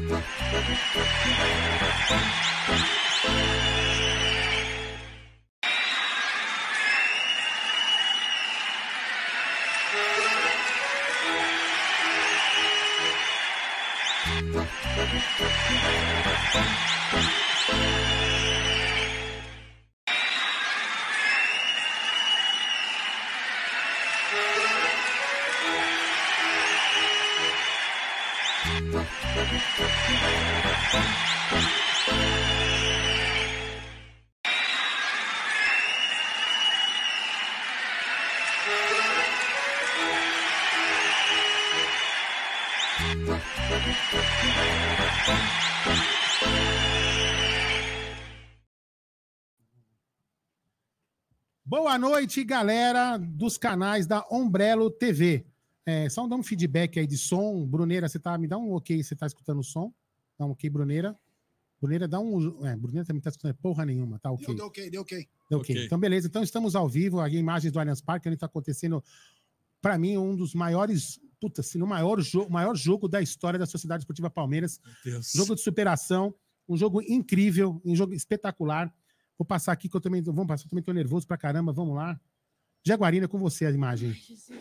Boa noite, galera dos canais da Ombrello TV. Só dá um feedback aí de som. Bruneira, me dá um ok, você tá escutando o som? Dá um ok, Bruneira. Bruneira, dá um... Bruneira também tá escutando porra nenhuma, tá ok. Deu ok. Então, beleza. Então, estamos ao vivo, aqui imagens do Allianz Parque, onde tá acontecendo, para mim, um dos maiores... se não o maior jogo da história da Sociedade Esportiva Palmeiras. Jogo de superação, um jogo incrível, um jogo espetacular. Vou passar aqui, que eu também tô nervoso pra caramba, vamos lá. Jaguarina, com você a imagem.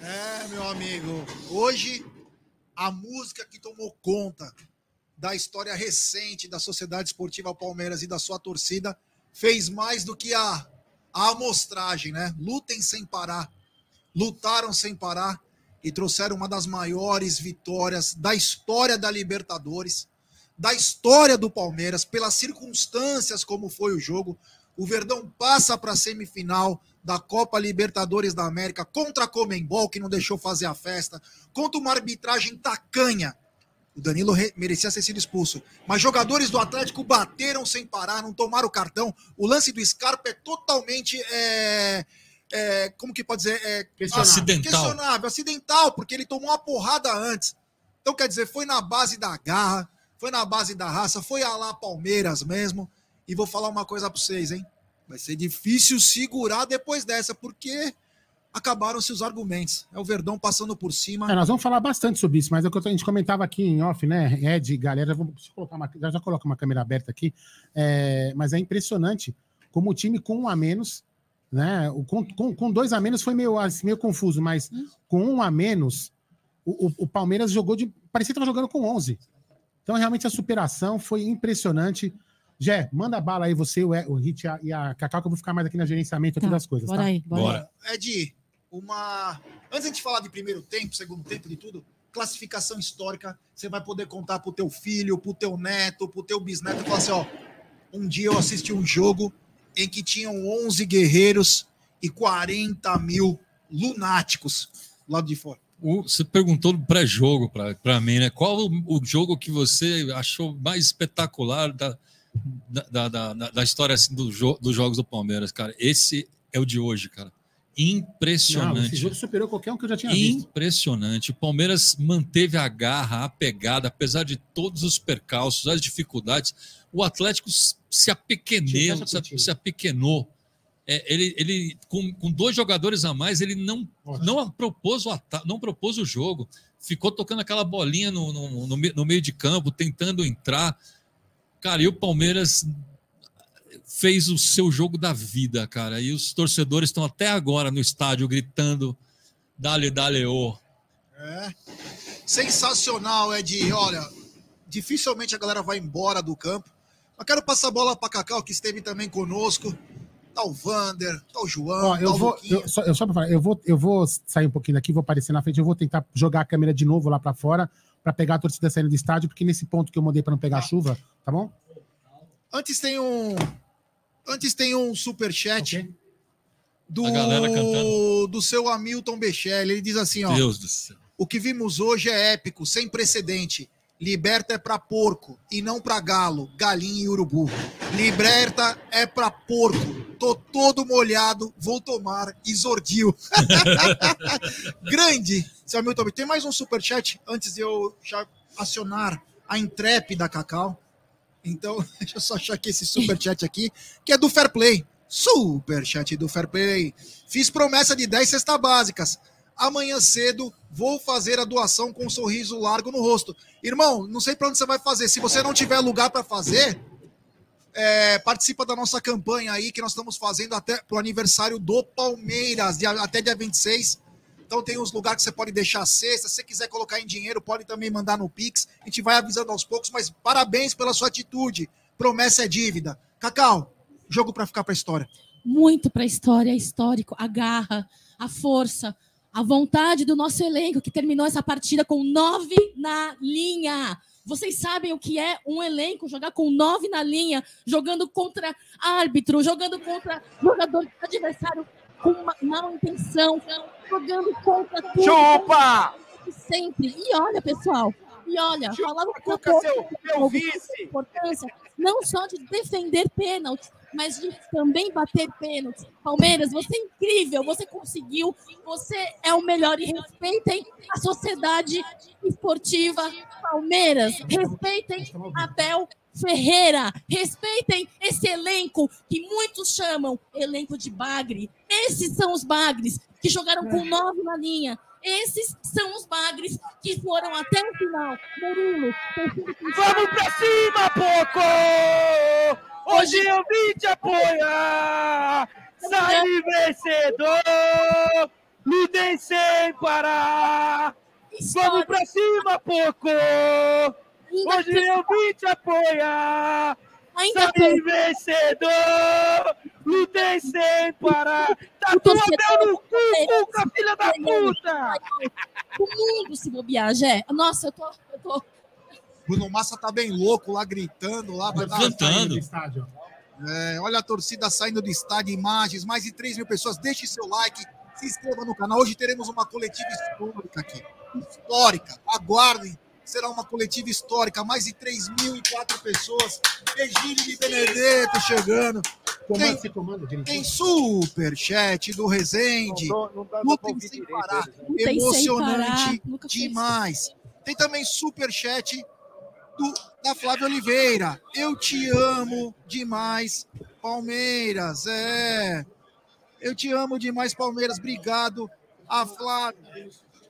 Meu amigo, hoje a música que tomou conta da história recente da Sociedade Esportiva Palmeiras e da sua torcida fez mais do que a amostragem, né? Lutem sem parar, lutaram sem parar e trouxeram uma das maiores vitórias da história da Libertadores, da história do Palmeiras, pelas circunstâncias como foi o jogo. O Verdão passa para a semifinal da Copa Libertadores da América contra a Conmebol, que não deixou fazer a festa, contra uma arbitragem tacanha. O Danilo merecia ser sido expulso. Mas jogadores do Atlético bateram sem parar, não tomaram o cartão. O lance do Scarpa é totalmente... como que pode dizer? Acidental, porque ele tomou uma porrada antes. Então, quer dizer, foi na base da garra, foi na base da raça, foi a lá Palmeiras mesmo. E vou falar uma coisa para vocês, hein? Vai ser difícil segurar depois dessa, porque acabaram-se os argumentos. É o Verdão passando por cima. Nós vamos falar bastante sobre isso, mas é o que a gente comentava aqui em off, né? Ed, galera, já coloca uma câmera aberta aqui. Mas é impressionante como o time com um a menos, né? Com dois a menos foi meio confuso, mas com um a menos, o Palmeiras jogou parecia que estava jogando com 11. Então, realmente, a superação foi impressionante. Jé, manda bala aí você, o Hit e a Cacau, que eu vou ficar mais aqui no gerenciamento aqui das coisas, bora tá? Aí, bora. Ed, antes de a gente falar de primeiro tempo, segundo tempo, de tudo, classificação histórica, você vai poder contar pro teu filho, pro teu neto, pro teu bisneto, e falar assim, ó, um dia eu assisti um jogo em que tinham 11 guerreiros e 40 mil lunáticos do lado de fora. Você perguntou no pré-jogo para mim, né? Qual o jogo que você achou mais espetacular da história assim, dos jogos do Palmeiras, cara? Esse é o de hoje, cara. Impressionante. Não, esse jogo superou qualquer um que eu já tinha visto. Impressionante. O Palmeiras manteve a garra, a pegada, apesar de todos os percalços, as dificuldades. O Atlético se apequenou. Ele com dois jogadores a mais, ele não propôs o jogo. Ficou tocando aquela bolinha no meio de campo, tentando entrar. Cara, e o Palmeiras fez o seu jogo da vida, cara. E os torcedores estão até agora no estádio gritando dale, dale, ô. Sensacional, Ed. Olha, dificilmente a galera vai embora do campo. Eu quero passar a bola para Cacau, que esteve também conosco. Tá o Vander, tá o João, só pra falar, eu vou sair um pouquinho daqui, vou aparecer na frente, eu vou tentar jogar a câmera de novo lá pra fora, pra pegar a torcida saindo do estádio, porque nesse ponto que eu mandei pra não pegar chuva, tá bom? Antes tem um superchat do seu Hamilton Bechelli. Ele diz assim, ó: Deus do céu. O que vimos hoje é épico, sem precedente. Liberta é pra porco e não pra galo, galinha e urubu. Liberta é pra porco. Tô todo molhado, vou tomar Isordio. Grande, seu Hamilton. Tem mais um superchat antes de eu já acionar a intrépida Cacau. Então, deixa eu só achar aqui esse superchat aqui, que é do Fair Play. Superchat do Fair Play. Fiz promessa de 10 cestas básicas. Amanhã cedo vou fazer a doação com um sorriso largo no rosto. Irmão, não sei para onde você vai fazer. Se você não tiver lugar para fazer, participa da nossa campanha aí que nós estamos fazendo até pro aniversário do Palmeiras, até dia 26. Então tem uns lugares que você pode deixar a cesta. Se você quiser colocar em dinheiro, pode também mandar no Pix. A gente vai avisando aos poucos, mas parabéns pela sua atitude. Promessa é dívida. Cacau, jogo para ficar para a história. Muito para a história, é histórico. A garra, a força, a vontade do nosso elenco, que terminou essa partida com 9 na linha. Vocês sabem o que é um elenco jogar com 9 na linha, jogando contra árbitro, jogando contra jogador adversário com uma má intenção, jogando contra tudo. Chupa! Sempre. E olha, pessoal, falava com meu vice. Importância não só de defender pênaltis, mas de também bater pênaltis. Palmeiras, você é incrível, você conseguiu, você é o melhor e respeitem a sociedade esportiva Palmeiras, respeitem Abel Ferreira, respeitem esse elenco que muitos chamam elenco de bagre. Esses são os bagres que jogaram com 9 na linha. Esses são os bagres que foram até o final. Murilo, vamos pra cima, Poco! Hoje eu vim te apoiar! Sai vencedor! Lutem sem parar! Vamos pra cima, Poco! Hoje eu vim te apoiar! Sai vencedor! Lutem sem parar! Tá tudo no cu, Cuca, filha da puta! O mundo se bobear, Jé. Nossa, eu tô... Bruno Massa tá bem louco lá, gritando lá. Vai cantando. Olha a torcida saindo do estádio, imagens, mais de 3 mil pessoas. Deixe seu like, se inscreva no canal. Hoje teremos uma coletiva histórica aqui. Histórica. Aguardem. Será uma coletiva histórica. Mais de 3.004 pessoas. Egílio de Benedetto chegando. Tem superchat do Rezende. Lutem sem parar. Emocionante demais. Tem também superchat da Flávia Oliveira. Eu te amo demais, Palmeiras. Eu te amo demais, Palmeiras. Obrigado, a Flávia.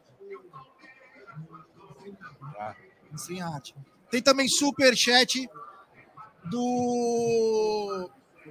Tem também superchat do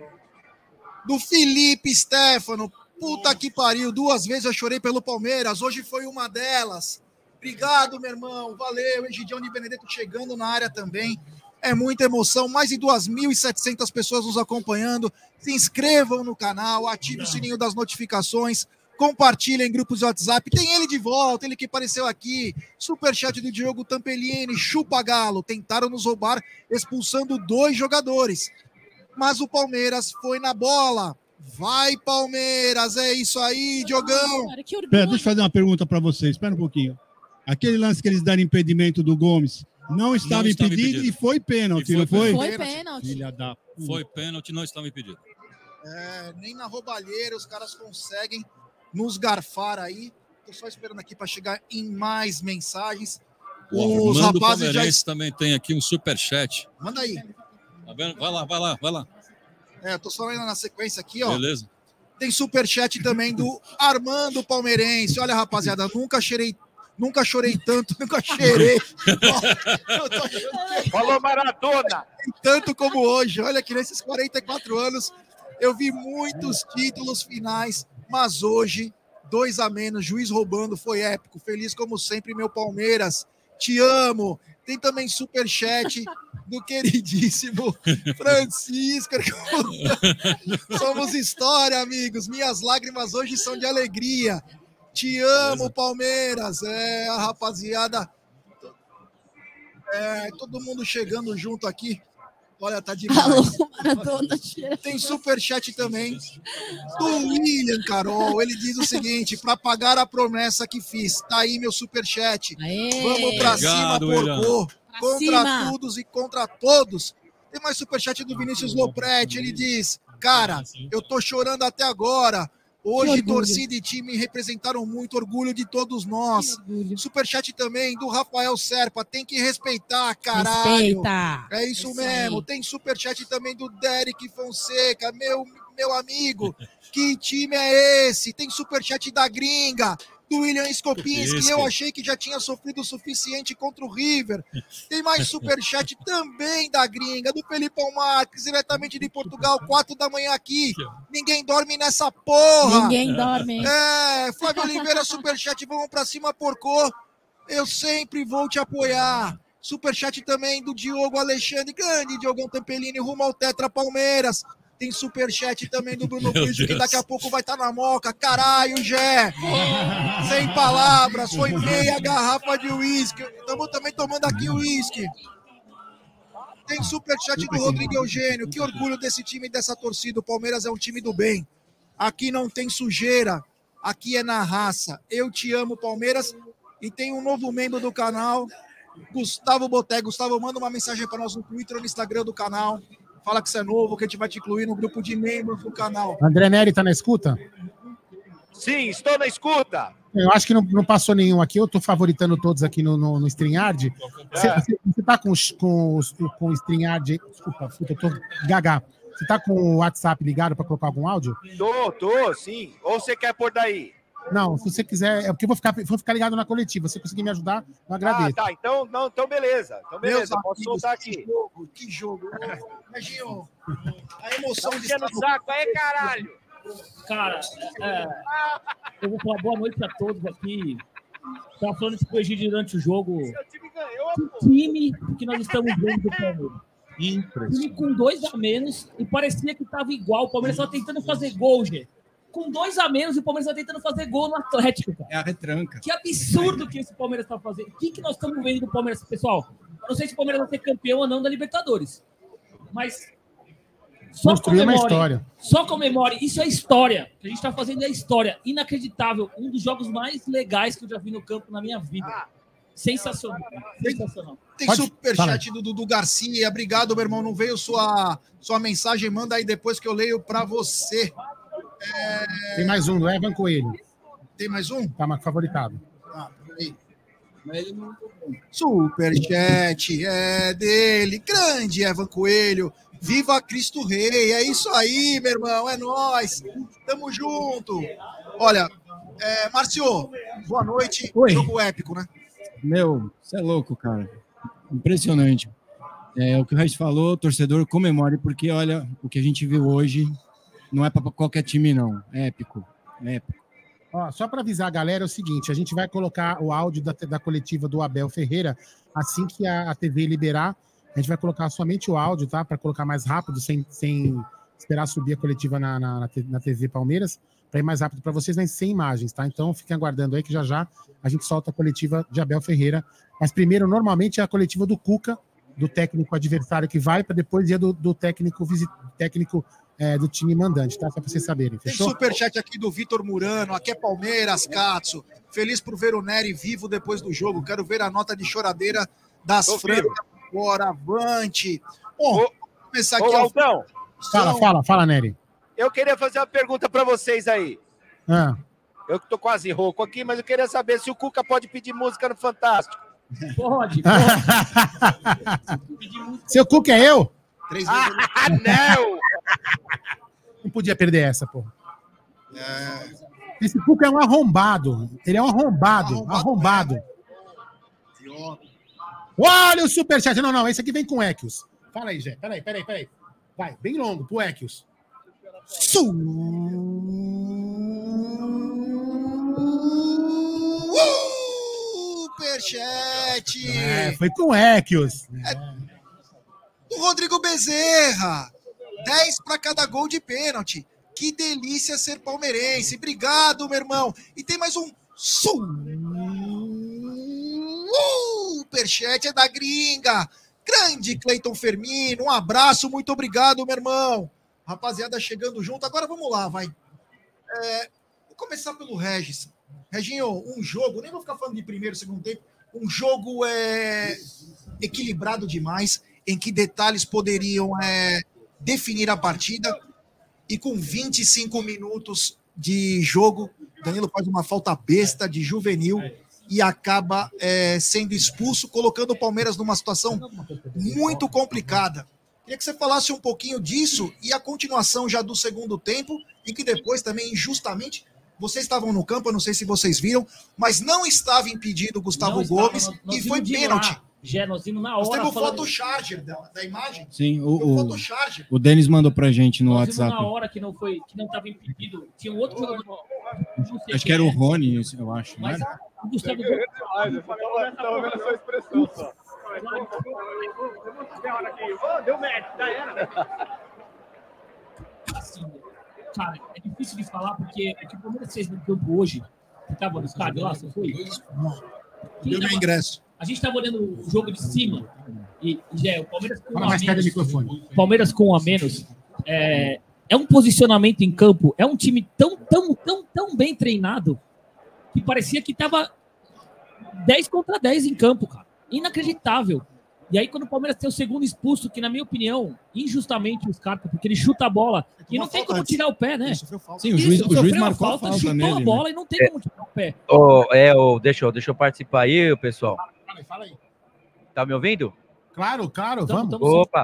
Felipe Stefano. Puta que pariu, 2 vezes eu chorei pelo Palmeiras. Hoje foi uma delas. Obrigado, meu irmão. Valeu. Egidião de Benedetto chegando na área também. É muita emoção. Mais de 2.700 pessoas nos acompanhando. Se inscrevam no canal, ative o sininho das notificações, compartilhem em grupos de WhatsApp. Tem ele de volta, ele que apareceu aqui. Superchat do Diogo Tampellini. Chupa Galo. Tentaram nos roubar, expulsando 2 jogadores. Mas o Palmeiras foi na bola. Vai, Palmeiras. É isso aí, Diogão. Deixa eu fazer uma pergunta para vocês. Espera um pouquinho. Aquele lance que eles deram impedimento do Gomes não estava impedido e foi pênalti, não foi? Foi pênalti. Filha da puta. Foi pênalti, não estava impedido. Nem na roubalheira os caras conseguem nos garfar aí. Tô só esperando aqui para chegar em mais mensagens. Os rapazes já também tem aqui um superchat. Manda aí. Tá vendo? Vai lá. Eu tô só indo na sequência aqui, ó. Beleza. Tem superchat também do Armando Palmeirense. Olha, rapaziada, nunca chorei tanto, nunca cheirei. Falou Maradona! Tanto como hoje. Olha que nesses 44 anos eu vi muitos títulos finais, mas hoje, 2 a menos, juiz roubando, foi épico. Feliz como sempre, meu Palmeiras. Te amo. Tem também superchat do queridíssimo Francisco. Somos história, amigos. Minhas lágrimas hoje são de alegria. Te amo, Palmeiras. A rapaziada. Todo mundo chegando junto aqui. Olha, tá demais. Alô, Maradona. Tem superchat também do William Carol. Ele diz o seguinte: para pagar a promessa que fiz. Tá aí meu superchat. Vamos pra cima, porco. Contra todos e contra todos. Tem mais superchat do Vinícius Lopretti. Ele diz: cara, eu tô chorando até agora. Hoje, torcida e time representaram muito, orgulho de todos nós. Superchat também do Rafael Serpa, tem que respeitar, caralho. Respeita. É isso mesmo. Aí. Tem superchat também do Derek Fonseca, meu amigo. Que time é esse? Tem superchat da gringa. do William Skopinski. Eu achei que já tinha sofrido o suficiente contra o River. Tem mais superchat também da gringa, do Felipão Marques, diretamente de Portugal, 4 da manhã aqui. Ninguém dorme nessa porra. Ninguém dorme. Flávio Oliveira, superchat, vamos pra cima, porcô. Eu sempre vou te apoiar. Superchat também do Diogo Alexandre, grande Diogão Tampelini, rumo ao Tetra Palmeiras. Tem superchat também do Bruno Cristo, que daqui a pouco vai estar na moca. Caralho, Gé! Sem palavras, foi meia garrafa de uísque. Estamos também tomando aqui uísque. Tem superchat do Rodrigo Eugênio. Que orgulho desse time e dessa torcida. O Palmeiras é um time do bem. Aqui não tem sujeira. Aqui é na raça. Eu te amo, Palmeiras. E tem um novo membro do canal, Gustavo Boté. Gustavo, manda uma mensagem para nós no Twitter ou no Instagram do canal. Fala que você é novo, que a gente vai te incluir no grupo de membros do canal. André Neri tá na escuta? Sim, estou na escuta. Eu acho que não passou nenhum aqui. Eu tô favoritando todos aqui no StreamYard. Você tá com o StreamYard... Desculpa, eu tô gaga. Você tá com o WhatsApp ligado para colocar algum áudio? Tô, sim. Ou você quer pôr daí? Não, se você quiser, é porque eu vou ficar ligado na coletiva. Se você conseguir me ajudar, eu agradeço. Tá. Então beleza. Então beleza, posso soltar aqui. Que jogo. Reginho, a emoção de estar no saco aí, caralho. Cara, eu vou falar boa noite a todos aqui. Tava falando isso com o Egídio durante o jogo. Seu time ganhou, pô. O time que nós estamos vendo do Palmeiras. Time com 2 a menos e parecia que tava igual. O Palmeiras estava tentando fazer gol, gente. Com 2 a menos, o Palmeiras está tentando fazer gol no Atlético, cara. É a retranca. Que absurdo que esse Palmeiras está fazendo. O que nós estamos vendo do Palmeiras, pessoal? Eu não sei se o Palmeiras vai ser campeão ou não da Libertadores. Mas só comemore. Isso é história. O que a gente está fazendo é história. Inacreditável. Um dos jogos mais legais que eu já vi no campo na minha vida. Sensacional. Tem superchat do Dudu Garcia. Obrigado, meu irmão. Não veio sua mensagem. Manda aí depois que eu leio para você. Tem mais um, do Evan Coelho. Tem mais um? Tá mais favoritado. Peraí. Superchat é dele. Grande Evan Coelho. Viva Cristo Rei. É isso aí, meu irmão. É nóis. Tamo junto. Olha, Márcio, boa noite. Oi. Jogo épico, né? Meu, você é louco, cara. Impressionante. O que o Regis falou, torcedor, comemore, porque olha, o que a gente viu hoje não é para qualquer time, não. É épico. Ó, só para avisar a galera, é o seguinte, a gente vai colocar o áudio da coletiva do Abel Ferreira assim que a TV liberar. A gente vai colocar somente o áudio, tá? Para colocar mais rápido, sem esperar subir a coletiva na TV Palmeiras, para ir mais rápido para vocês, mas sem imagens, tá? Então fiquem aguardando aí que já a gente solta a coletiva de Abel Ferreira. Mas primeiro, normalmente, é a coletiva do Cuca, do técnico adversário que vai, para depois ir do técnico do time mandante, tá? Só para vocês saberem, fechou? Tem superchat aqui do Vitor Murano, aqui é Palmeiras, Katsu. Feliz por ver o Nery vivo depois do jogo. Quero ver a nota de choradeira das francas agora, avante. Bom, vamos começar aqui. Altão. Fala, Nery. Eu queria fazer uma pergunta para vocês aí. Eu que tô quase rouco aqui, mas eu queria saber se o Cuca pode pedir música no Fantástico. Pode. Seu Cuca é eu? 3 vezes. Não! Não podia perder essa, porra. Esse Cuca é um arrombado. Ele é um arrombado. Olha o superchat. Não, esse aqui vem com Equios. Fala aí, Jé. Peraí. Vai, bem longo pro Equios. Superchat. Foi com Equios. O Rodrigo Bezerra. 10 para cada gol de pênalti. Que delícia ser palmeirense. Obrigado, meu irmão. E tem mais um superchat, é da gringa. Grande Cleiton Fermino. Um abraço, muito obrigado, meu irmão. Rapaziada chegando junto. Agora vamos lá, vai. Vou começar pelo Regis. Reginho, um jogo, nem vou ficar falando de primeiro, segundo tempo. Um jogo equilibrado demais, em que detalhes poderiam definir a partida, e com 25 minutos de jogo, Danilo faz uma falta besta de juvenil e acaba sendo expulso, colocando o Palmeiras numa situação muito complicada. Queria que você falasse um pouquinho disso e a continuação já do segundo tempo, e que depois também, injustamente, Vocês estavam no campo, eu não sei se vocês viram, mas não estava impedido o Gustavo Gomes e foi pênalti. Nós vimos na hora. Nós temos o photocharger da imagem. Sim, o Denis mandou pra gente no WhatsApp. Na hora que não estava impedido. Tinha um outro jogador. Acho que era o Rony, eu acho. Mas né? o Gustavo Gomes. Estava vendo a sua expressão só. Deu mérito, já era. Assim, cara, é difícil de falar porque o que o Palmeiras fez no campo hoje, que estava no estádio lá, você foi? Deu meu ingresso. A gente estava olhando o jogo de cima e o Palmeiras com Fala mais perto do microfone. Palmeiras com um a menos. É um posicionamento em campo, é um time tão bem treinado que parecia que estava 10 contra 10 em campo, cara. Inacreditável. E aí, quando o Palmeiras tem o segundo expulso, que, na minha opinião, injustamente o Scarpa, porque ele chuta a bola e não tem como tirar o pé, né? Sim, o juiz marcou a falta chutou nele, a bola e não tem como tirar o pé. Deixa eu participar aí, pessoal. Fala aí. Tá me ouvindo? Claro, vamos. Opa,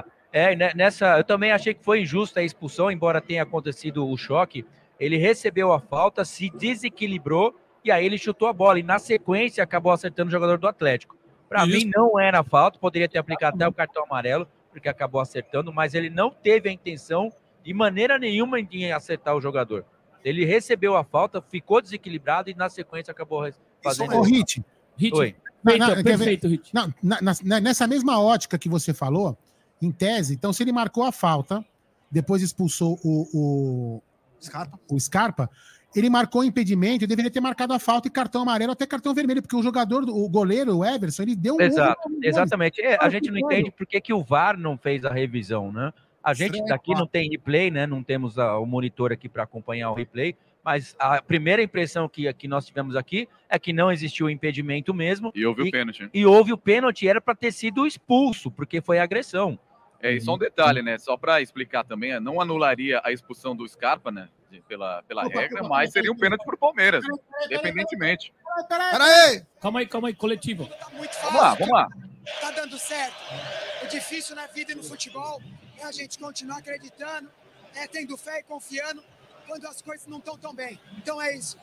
eu também achei que foi injusta a expulsão, embora tenha acontecido o choque. Ele recebeu a falta, se desequilibrou e aí ele chutou a bola. E na sequência acabou acertando o jogador do Atlético. Para mim não era falta, poderia ter aplicado até o cartão amarelo, porque acabou acertando, mas ele não teve a intenção de maneira nenhuma de acertar o jogador. Ele recebeu a falta, ficou desequilibrado e na sequência acabou fazendo... Hit. Oi. Perfeito, Hit. Nessa mesma ótica que você falou, em tese, então se ele marcou a falta, depois expulsou o Scarpa, ele marcou o impedimento e deveria ter marcado a falta e cartão amarelo, até cartão vermelho, porque o goleiro, o Everson, ele deu um... Exatamente. A gente não entende por que o VAR não fez a revisão, né? A gente daqui não tem replay, né? Não temos o monitor aqui para acompanhar o replay, mas a primeira impressão que nós tivemos aqui é que não existiu impedimento mesmo. E houve o pênalti. E houve o pênalti, era para ter sido expulso, porque foi agressão. E só um detalhe, né? Só para explicar também, não anularia a expulsão do Scarpa, né? Pela regra, mas seria um pênalti pro Palmeiras, independentemente. Peraí! Calma aí, coletivo. Tá muito fácil, Vamos lá. Tá dando certo. O difícil na vida e no futebol é a gente continuar acreditando, tendo fé e confiando quando as coisas não estão tão bem. Então é isso.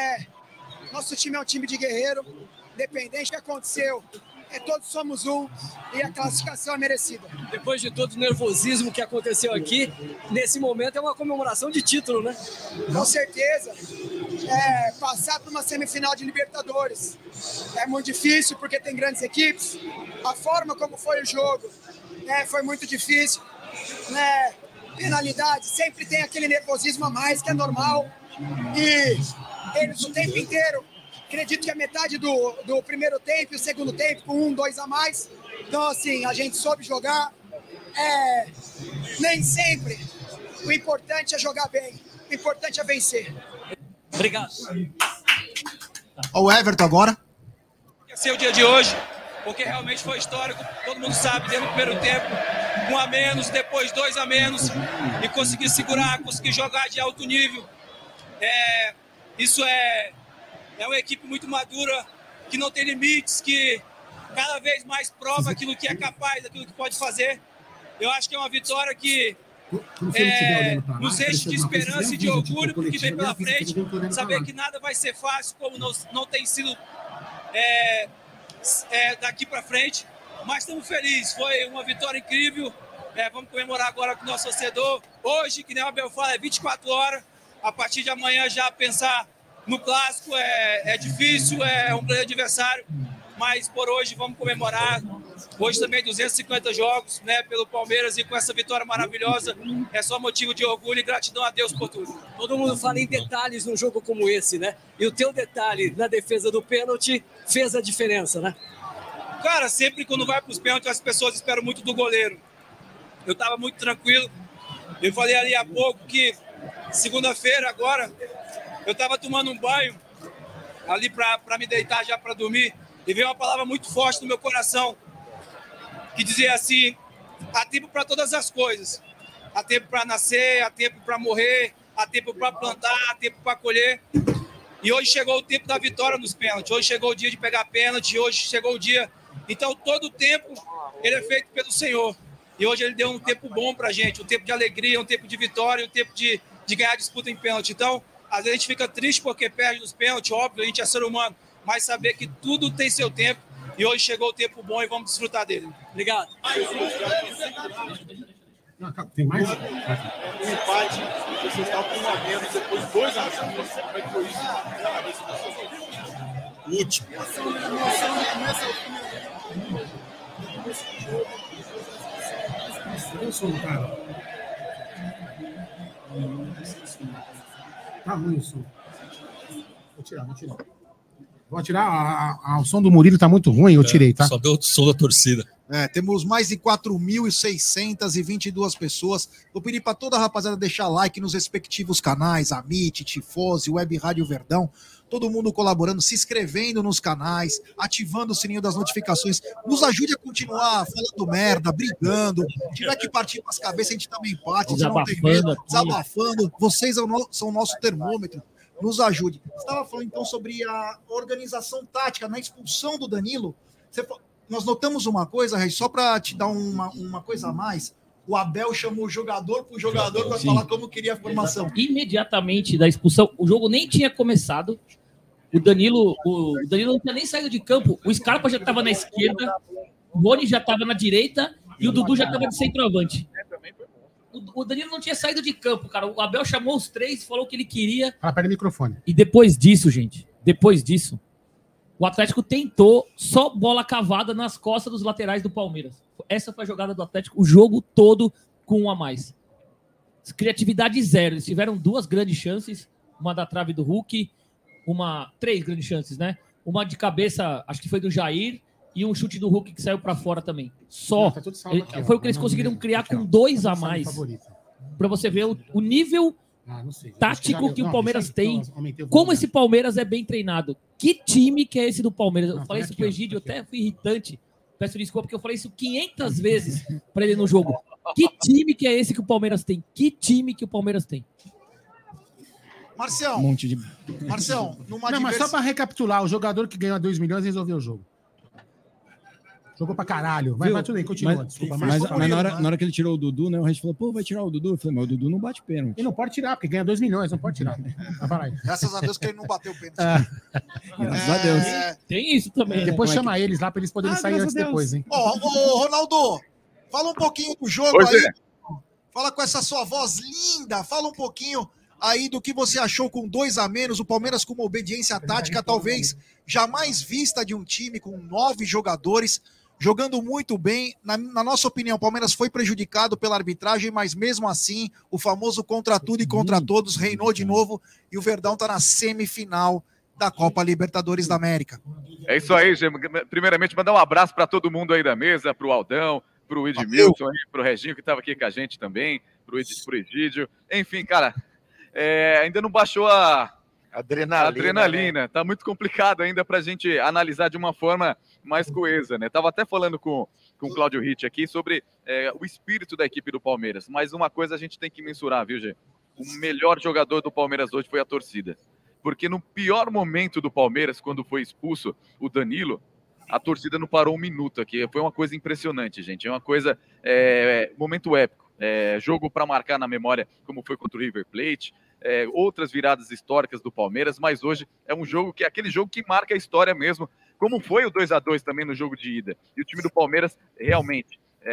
Nosso time é um time de guerreiro, independente do que aconteceu. Todos somos um e a classificação é merecida. Depois de todo o nervosismo que aconteceu aqui, nesse momento é uma comemoração de título, né? Com certeza. Passar para uma semifinal de Libertadores é muito difícil porque tem grandes equipes. A forma como foi o jogo foi muito difícil. Penalidade, sempre tem aquele nervosismo a mais, que é normal. E eles o tempo inteiro... Acredito que a metade do primeiro tempo e o segundo tempo com 1-2 a mais. Então, assim, a gente soube jogar. Nem sempre. O importante é jogar bem. O importante é vencer. Obrigado. O Everton agora. Esse é o dia de hoje, porque realmente foi histórico. Todo mundo sabe, desde o primeiro tempo, 1 a menos, depois 2 a menos. E conseguir segurar, conseguir jogar de alto nível. Isso é uma equipe muito madura, que não tem limites, que cada vez mais prova aquilo que é capaz, aquilo que pode fazer. Eu acho que é uma vitória que nos enche de esperança e de orgulho porque vem pela frente. Saber que nada vai ser fácil, como não tem sido daqui para frente. Mas estamos felizes, foi uma vitória incrível. Vamos comemorar agora com o nosso torcedor. Hoje, que nem o Abel fala, 24 horas. A partir de amanhã já pensar no clássico é difícil, é um grande adversário, mas por hoje vamos comemorar. Hoje também 250 jogos, né, pelo Palmeiras, e com essa vitória maravilhosa é só motivo de orgulho e gratidão a Deus por tudo. Todo mundo fala em detalhes num jogo como esse, né? E o teu detalhe na defesa do pênalti fez a diferença, né? Cara, sempre quando vai para os pênaltis as pessoas esperam muito do goleiro. Eu estava muito tranquilo. Eu falei ali há pouco que segunda-feira agora eu estava tomando um banho ali para me deitar já para dormir e veio uma palavra muito forte no meu coração que dizia assim: há tempo para todas as coisas. Há tempo para nascer, há tempo para morrer, há tempo para plantar, há tempo para colher. E hoje chegou o tempo da vitória nos pênaltis. Hoje chegou o dia de pegar pênalti, hoje chegou o dia. Então todo o tempo ele é feito pelo Senhor. E hoje ele deu um tempo bom para a gente, um tempo de alegria, um tempo de vitória, um tempo de ganhar a disputa em pênalti. Então, Às vezes a gente fica triste porque perde nos pênaltis, óbvio, a gente é ser humano, mas saber que tudo tem seu tempo e hoje chegou o tempo bom e vamos desfrutar dele. Obrigado. Tem mais? Um empate, você está com 1 a menos, depois 2 a 0. Como é que foi isso? Último. Cadê o som, cara? Tá ruim o som. Vou tirar. Vou tirar. O som do Murilo tá muito ruim, eu tirei, tá? Só deu o som da torcida. Temos mais de 4.622 pessoas. Vou pedir para toda a rapaziada deixar like nos respectivos canais, Amit, Tifose, Web Rádio Verdão. Todo mundo colaborando, se inscrevendo nos canais, ativando o sininho das notificações. Nos ajude a continuar falando merda, brigando. Se tiver que partir para as cabeças, a gente também parte. Não tem medo, desabafando. Vocês são o nosso termômetro. Nos ajude. Você estava falando então sobre a organização tática na expulsão do Danilo. Nós notamos uma coisa, Rei, só para te dar uma coisa a mais. O Abel chamou o jogador para o jogador para falar como queria a formação. Imediatamente da expulsão, o jogo nem tinha começado. O Danilo não tinha nem saído de campo. O Scarpa já estava na esquerda, o Rony já estava na direita e o Dudu já estava de centroavante. O Danilo não tinha saído de campo, cara. O Abel chamou os três, falou o que ele queria. Para o microfone. E depois disso, o Atlético tentou só bola cavada nas costas dos laterais do Palmeiras. Essa foi a jogada do Atlético, o jogo todo com 1 a mais. Criatividade zero. Eles tiveram 2 grandes chances, uma da trave do Hulk, 3 grandes chances, né? Uma de cabeça, acho que foi do Jair, e um chute do Hulk que saiu para fora também. Só. Tá foi o que eles conseguiram criar com 2 a mais. Para você ver o nível tático que o Palmeiras tem. Como esse Palmeiras é bem treinado. Que time que é esse do Palmeiras? Eu falei isso pro Egídio, até fui irritante. Peço desculpa, porque eu falei isso 500 vezes para ele no jogo. Que time que é esse que o Palmeiras tem? Que time que o Palmeiras tem? Marcião, mas só para recapitular, o jogador que ganhou 2 milhões resolveu o jogo. Jogou pra caralho. Vai tudo bem, continua. Desculpa, mas na hora que ele tirou o Dudu, né? O Regis falou, pô, vai tirar o Dudu. Eu falei, mas o Dudu não bate pênalti. Ele não pode tirar, porque ganha 2 milhões, não pode tirar. Graças a Deus que ele não bateu o pênalti. Graças a Deus. Tem isso também. Depois chama eles lá pra eles poderem sair antes depois, hein? Ô, Ronaldo, fala um pouquinho do jogo aí. Fala com essa sua voz linda. Fala um pouquinho aí do que você achou com 2 a menos. O Palmeiras com uma obediência tática talvez jamais vista de um time com 9 jogadores. Jogando muito bem. Na nossa opinião, o Palmeiras foi prejudicado pela arbitragem, mas mesmo assim, o famoso contra tudo e contra todos reinou de novo e o Verdão está na semifinal da Copa Libertadores da América. É isso aí, Gê. Primeiramente, mandar um abraço para todo mundo aí da mesa, para o Aldão, para o Edmilson, para o Reginho, que estava aqui com a gente também, para o Egídio. Enfim, cara, ainda não baixou a adrenalina. Né? Tá muito complicado ainda para a gente analisar de uma forma mais coesa, né? Tava até falando com o Cláudio Ritt aqui sobre o espírito da equipe do Palmeiras, mas uma coisa a gente tem que mensurar, viu, Gê? O melhor jogador do Palmeiras hoje foi a torcida, porque no pior momento do Palmeiras, quando foi expulso o Danilo, a torcida não parou 1 minuto aqui, foi uma coisa impressionante, gente, é uma coisa, momento épico, jogo para marcar na memória, como foi contra o River Plate, outras viradas históricas do Palmeiras, mas hoje é um jogo que é aquele jogo que marca a história mesmo, como foi o 2-2 também no jogo de ida. E o time do Palmeiras realmente,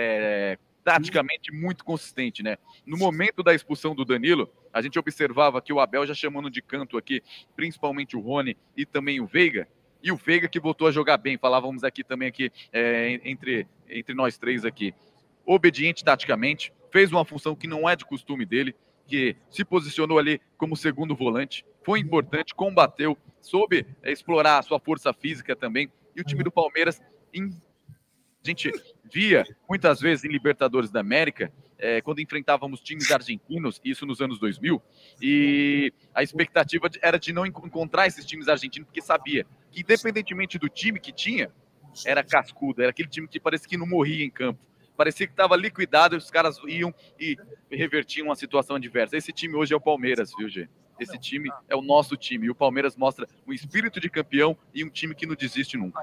taticamente, muito consistente, né? No momento da expulsão do Danilo, a gente observava que o Abel já chamando de canto aqui, principalmente o Rony e também o Veiga. E o Veiga que voltou a jogar bem, falávamos aqui também aqui, entre nós três aqui. Obediente taticamente, fez uma função que não é de costume dele, que se posicionou ali como segundo volante, foi importante, combateu, soube explorar a sua força física também, e o time do Palmeiras, a gente via muitas vezes em Libertadores da América, quando enfrentávamos times argentinos, isso nos anos 2000, e a expectativa era de não encontrar esses times argentinos, porque sabia que independentemente do time que tinha, era cascudo, era aquele time que parecia que não morria em campo. Parecia que estava liquidado e os caras iam e revertiam a situação adversa. Esse time hoje é o Palmeiras, viu, Gê? Esse time é o nosso time. E o Palmeiras mostra um espírito de campeão e um time que não desiste nunca.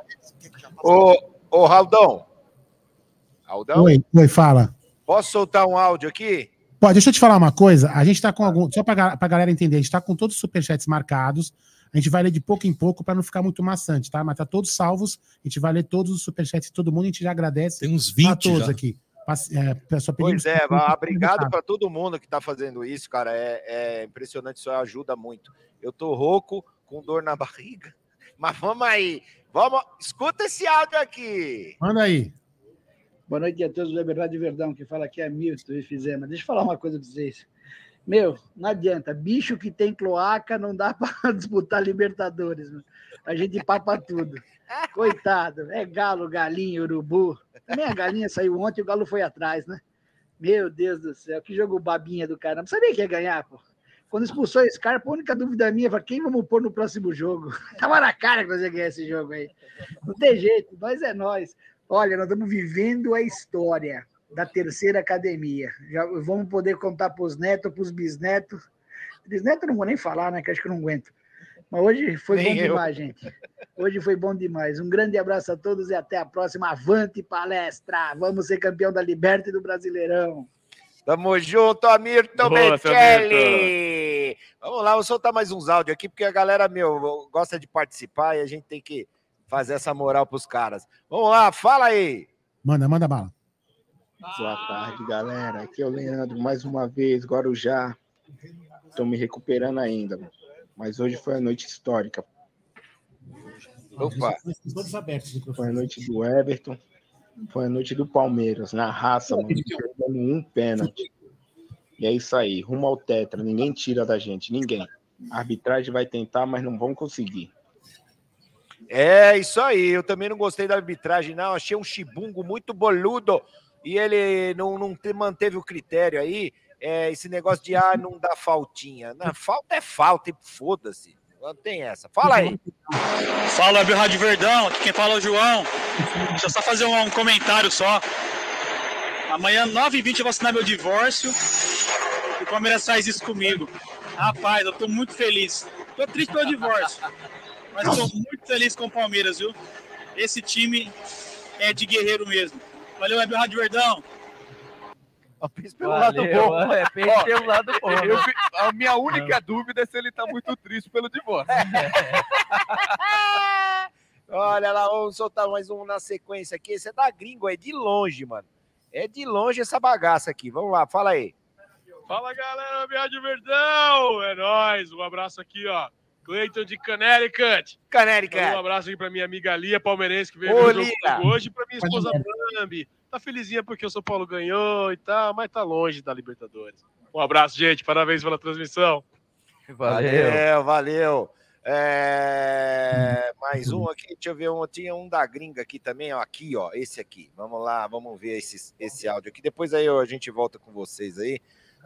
Ô, Aldão. Oi, fala. Posso soltar um áudio aqui? Pô, deixa eu te falar uma coisa. A gente tá com algum... Só pra galera entender, a gente tá com todos os superchats marcados. A gente vai ler de pouco em pouco para não ficar muito maçante, tá? Mas tá todos salvos. A gente vai ler todos os superchats de todo mundo. A gente já agradece. Tem uns 20 a todos já. Aqui. Pois é, obrigado para todo mundo que tá fazendo isso, cara. É impressionante, isso ajuda muito. Eu tô rouco, com dor na barriga. Mas vamos aí. Escuta esse áudio aqui. Manda aí. Boa noite a todos do É Verdade Verdão, que fala aqui é Milton e Fizema. Deixa eu falar uma coisa para vocês. Meu, não adianta. Bicho que tem cloaca não dá para disputar Libertadores. Mano. A gente papa tudo. Coitado. É galo, galinha, urubu. Também a galinha saiu ontem e o galo foi atrás, né? Meu Deus do céu. Que jogo babinha do caramba. Sabia que ia ganhar, pô. Quando expulsou o Scarpa, a única dúvida minha foi quem vamos pôr no próximo jogo. Tava na cara que nós ia ganhar esse jogo aí. Não tem jeito. Nós é nós. Olha, nós estamos vivendo a história da terceira academia. Já vamos poder contar para os netos, para os bisnetos. Bisnetos não vou nem falar, né? Que acho que eu não aguento. Mas hoje foi bom demais, gente. Hoje foi bom demais. Um grande abraço a todos e até a próxima. Avante palestra! Vamos ser campeão da Liberta e do Brasileirão. Tamo junto, Amirton Becelli! Vamos lá, vou soltar mais uns áudios aqui, porque a galera, gosta de participar e a gente tem que fazer essa moral pros caras. Vamos lá, fala aí! Manda bala. Boa tarde, galera. Aqui é o Leandro, mais uma vez, Guarujá. Estou me recuperando ainda, mas hoje foi a noite histórica. Opa! Foi a noite do Everton, foi a noite do Palmeiras, na raça, mano, perdendo um pênalti. E é isso aí, rumo ao tetra, ninguém tira da gente, ninguém. A arbitragem vai tentar, mas não vão conseguir. É isso aí, eu também não gostei da arbitragem, não. Achei um chibungo muito boludo. E ele não manteve o critério aí, esse negócio de não dá faltinha. Não, falta é falta e foda-se. Não tem essa. Fala aí. Fala, Web Rádio Verdão. Aqui quem fala é o João. Deixa eu só fazer um comentário só. Amanhã, 9h20, eu vou assinar meu divórcio. E o Palmeiras faz isso comigo. Rapaz, eu tô muito feliz. Tô triste pelo divórcio. Mas tô muito feliz com o Palmeiras, viu? Esse time é de guerreiro mesmo. Valeu, Web Rádio Verdão. Pense pelo lado bom. Pense pelo lado bom. A minha única dúvida é se ele tá muito triste pelo divórcio. Olha lá, vamos soltar mais um na sequência aqui. Esse é da gringo, é de longe, mano. É de longe essa bagaça aqui. Vamos lá, fala aí. Fala, galera, Web Rádio Verdão. É nóis. Um abraço aqui, ó. Cleiton de Connecticut. Um abraço aqui pra minha amiga Lia, palmeirense, que veio ver o jogo hoje, e pra minha esposa Bambi. Tá felizinha porque o São Paulo ganhou e tal, mas tá longe da Libertadores. Um abraço, gente. Parabéns pela transmissão. Valeu. Mais um aqui, deixa eu ver. Tinha um da gringa aqui também, ó. Aqui, ó. Esse aqui. Vamos lá, vamos ver esse áudio aqui. Depois aí a gente volta com vocês aí.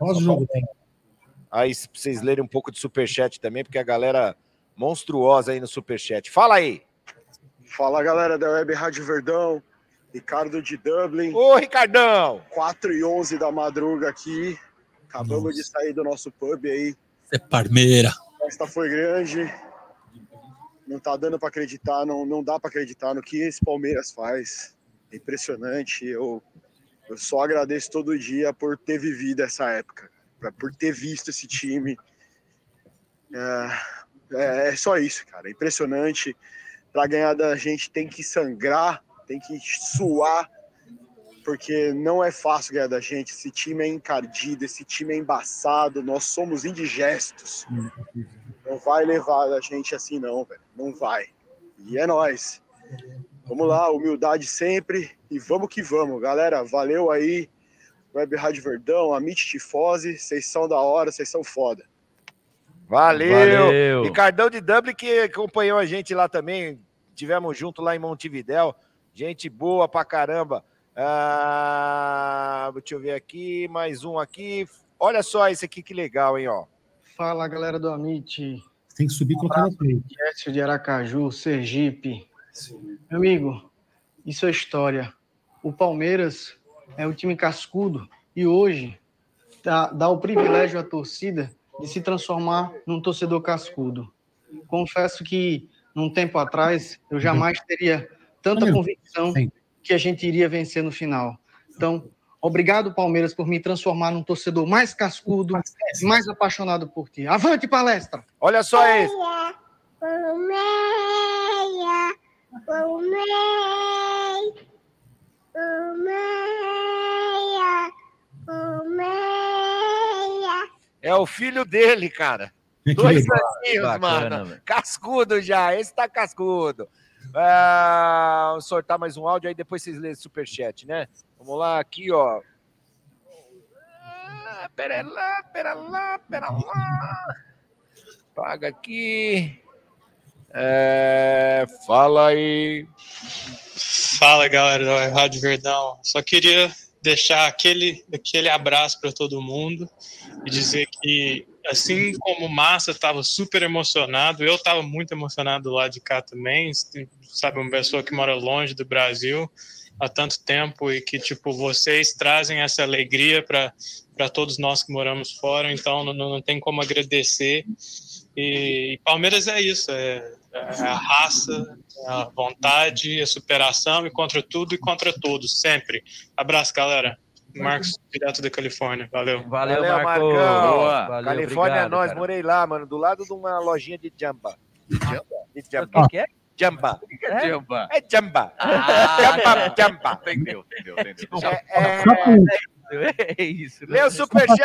Aí, pra vocês lerem um pouco de superchat também, porque a galera monstruosa aí no superchat. Fala aí. Fala, galera da Web Rádio Verdão. Ricardo de Dublin. Ô, Ricardão! 4h11 da madruga aqui. Acabamos de sair do nosso pub aí. É Parmeira. A festa foi grande. Não tá dando para acreditar, não dá para acreditar no que esse Palmeiras faz. É impressionante. Eu só agradeço todo dia por ter vivido essa época. Por ter visto esse time. É só isso, cara. É impressionante. Para ganhar da gente tem que sangrar, tem que suar, porque não é fácil ganhar da gente. Esse time é encardido, esse time é embaçado, nós somos indigestos. Não vai levar a gente assim não, velho. Não vai. E é nóis. Vamos lá, humildade sempre e vamos que vamos. Galera, valeu aí. Web Rádio Verdão, Amit Tifose, vocês são da hora, vocês são foda. Valeu! Ricardão de Dublin que acompanhou a gente lá também, tivemos junto lá em Montevidéu, gente boa pra caramba. Deixa eu ver aqui, mais um aqui, olha só esse aqui que legal, hein, ó. Fala, galera do Amit. Tem que subir colocando o play. De Aracaju, Sergipe. Meu amigo, isso é história. O Palmeiras é um time cascudo e hoje dá o privilégio à torcida de se transformar num torcedor cascudo. Confesso que, num tempo atrás, eu jamais teria tanta convicção que a gente iria vencer no final. Então, Obrigado, Palmeiras, por me transformar num torcedor mais cascudo, mais apaixonado por ti. Avante, palestra! Olha só esse. É o filho dele, cara. 2 aninhos, mano. Cascudo já. Esse tá cascudo. Vou soltar mais um áudio, aí depois vocês lêem o superchat, né? Vamos lá, aqui, ó. Pera lá. Paga aqui. Fala aí. Fala, galera da Rádio Verdão. Só queria deixar aquele abraço para todo mundo e dizer que, assim como o Massa estava super emocionado, eu estava muito emocionado do lado de cá também, sabe, uma pessoa que mora longe do Brasil há tanto tempo e que, tipo, vocês trazem essa alegria para todos nós que moramos fora, então não tem como agradecer. E Palmeiras é isso, é a raça, é a vontade, a superação, e contra tudo e contra todos, sempre. Abraço, galera. Marcos, direto da Califórnia. Valeu. Valeu, Marcão. Boa. Califórnia é nós, morei lá, mano, do lado de uma lojinha de jamba. O que é? Jamba. Jamba. É jamba. Jamba. Entendeu. É isso. Meu superchat,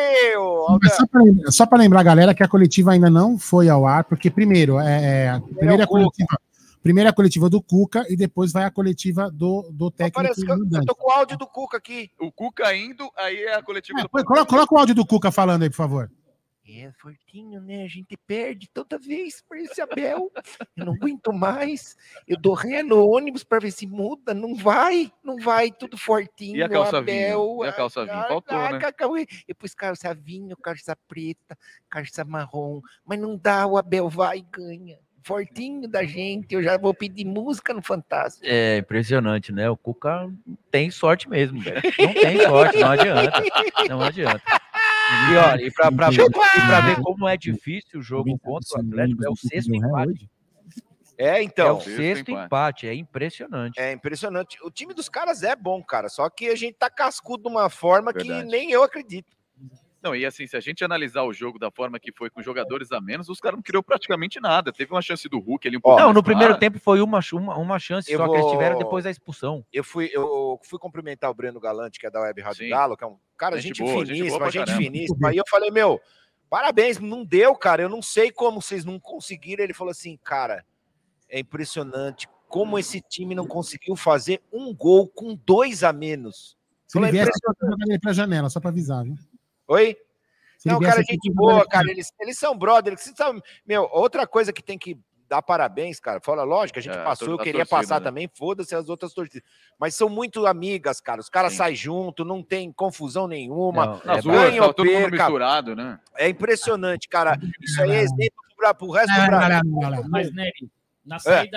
Só para lembrar, galera, que a coletiva ainda não foi ao ar, porque primeiro, a primeira coletiva do Cuca e depois vai a coletiva do técnico. Eu tô com o áudio do Cuca aqui. O Cuca indo, aí é a coletiva do Coloca o áudio do Cuca falando aí, por favor. Fortinho, né? A gente perde toda vez por esse Abel. Eu não aguento mais. Eu dou ré no ônibus para ver se muda. Não vai, tudo fortinho. E a calça Abel. vinho? E a calça vinho? Faltou, né? Eu pus calça vinho, calça preta, calça marrom. Mas não dá, o Abel vai e ganha. Fortinho da gente. Eu já vou pedir música no Fantástico. É impressionante, né? O Cuca tem sorte mesmo, velho. Não tem sorte, não adianta. Não adianta. E olha, e pra ver como é difícil o jogo contra o Atlético, é o 6º empate. Então. É o 6º empate, é impressionante. É impressionante. O time dos caras é bom, cara, só que a gente tá cascudo de uma forma que nem eu acredito. Não, e assim, se a gente analisar o jogo da forma que foi com jogadores a menos, os caras não criou praticamente nada. Teve uma chance do Hulk ali um pouco. Não, no primeiro tempo foi uma chance só que eles tiveram depois da expulsão. Eu fui cumprimentar o Breno Galante, que é da Web Rádio Galo, que é um cara, gente finíssima. Aí eu falei, meu, parabéns, não deu, cara. Eu não sei como vocês não conseguiram. Ele falou assim, cara, é impressionante como esse time não conseguiu fazer um gol com 2 a menos. Se ele viesse, eu vou jogar ele pra janela, só pra avisar, viu? Oi? Não, cara, gente boa, cara. Eles são brother. Meu, outra coisa que tem que dar parabéns, cara. Fala, lógico, a gente passou, eu queria passar também, foda-se as outras torcidas. Mas são muito amigas, cara. Os caras saem junto, não tem confusão nenhuma. Ganham ou todo mundo misturado, né? É impressionante, cara. Isso aí é exemplo pro resto do Brasil. Mas, Nery, na saída,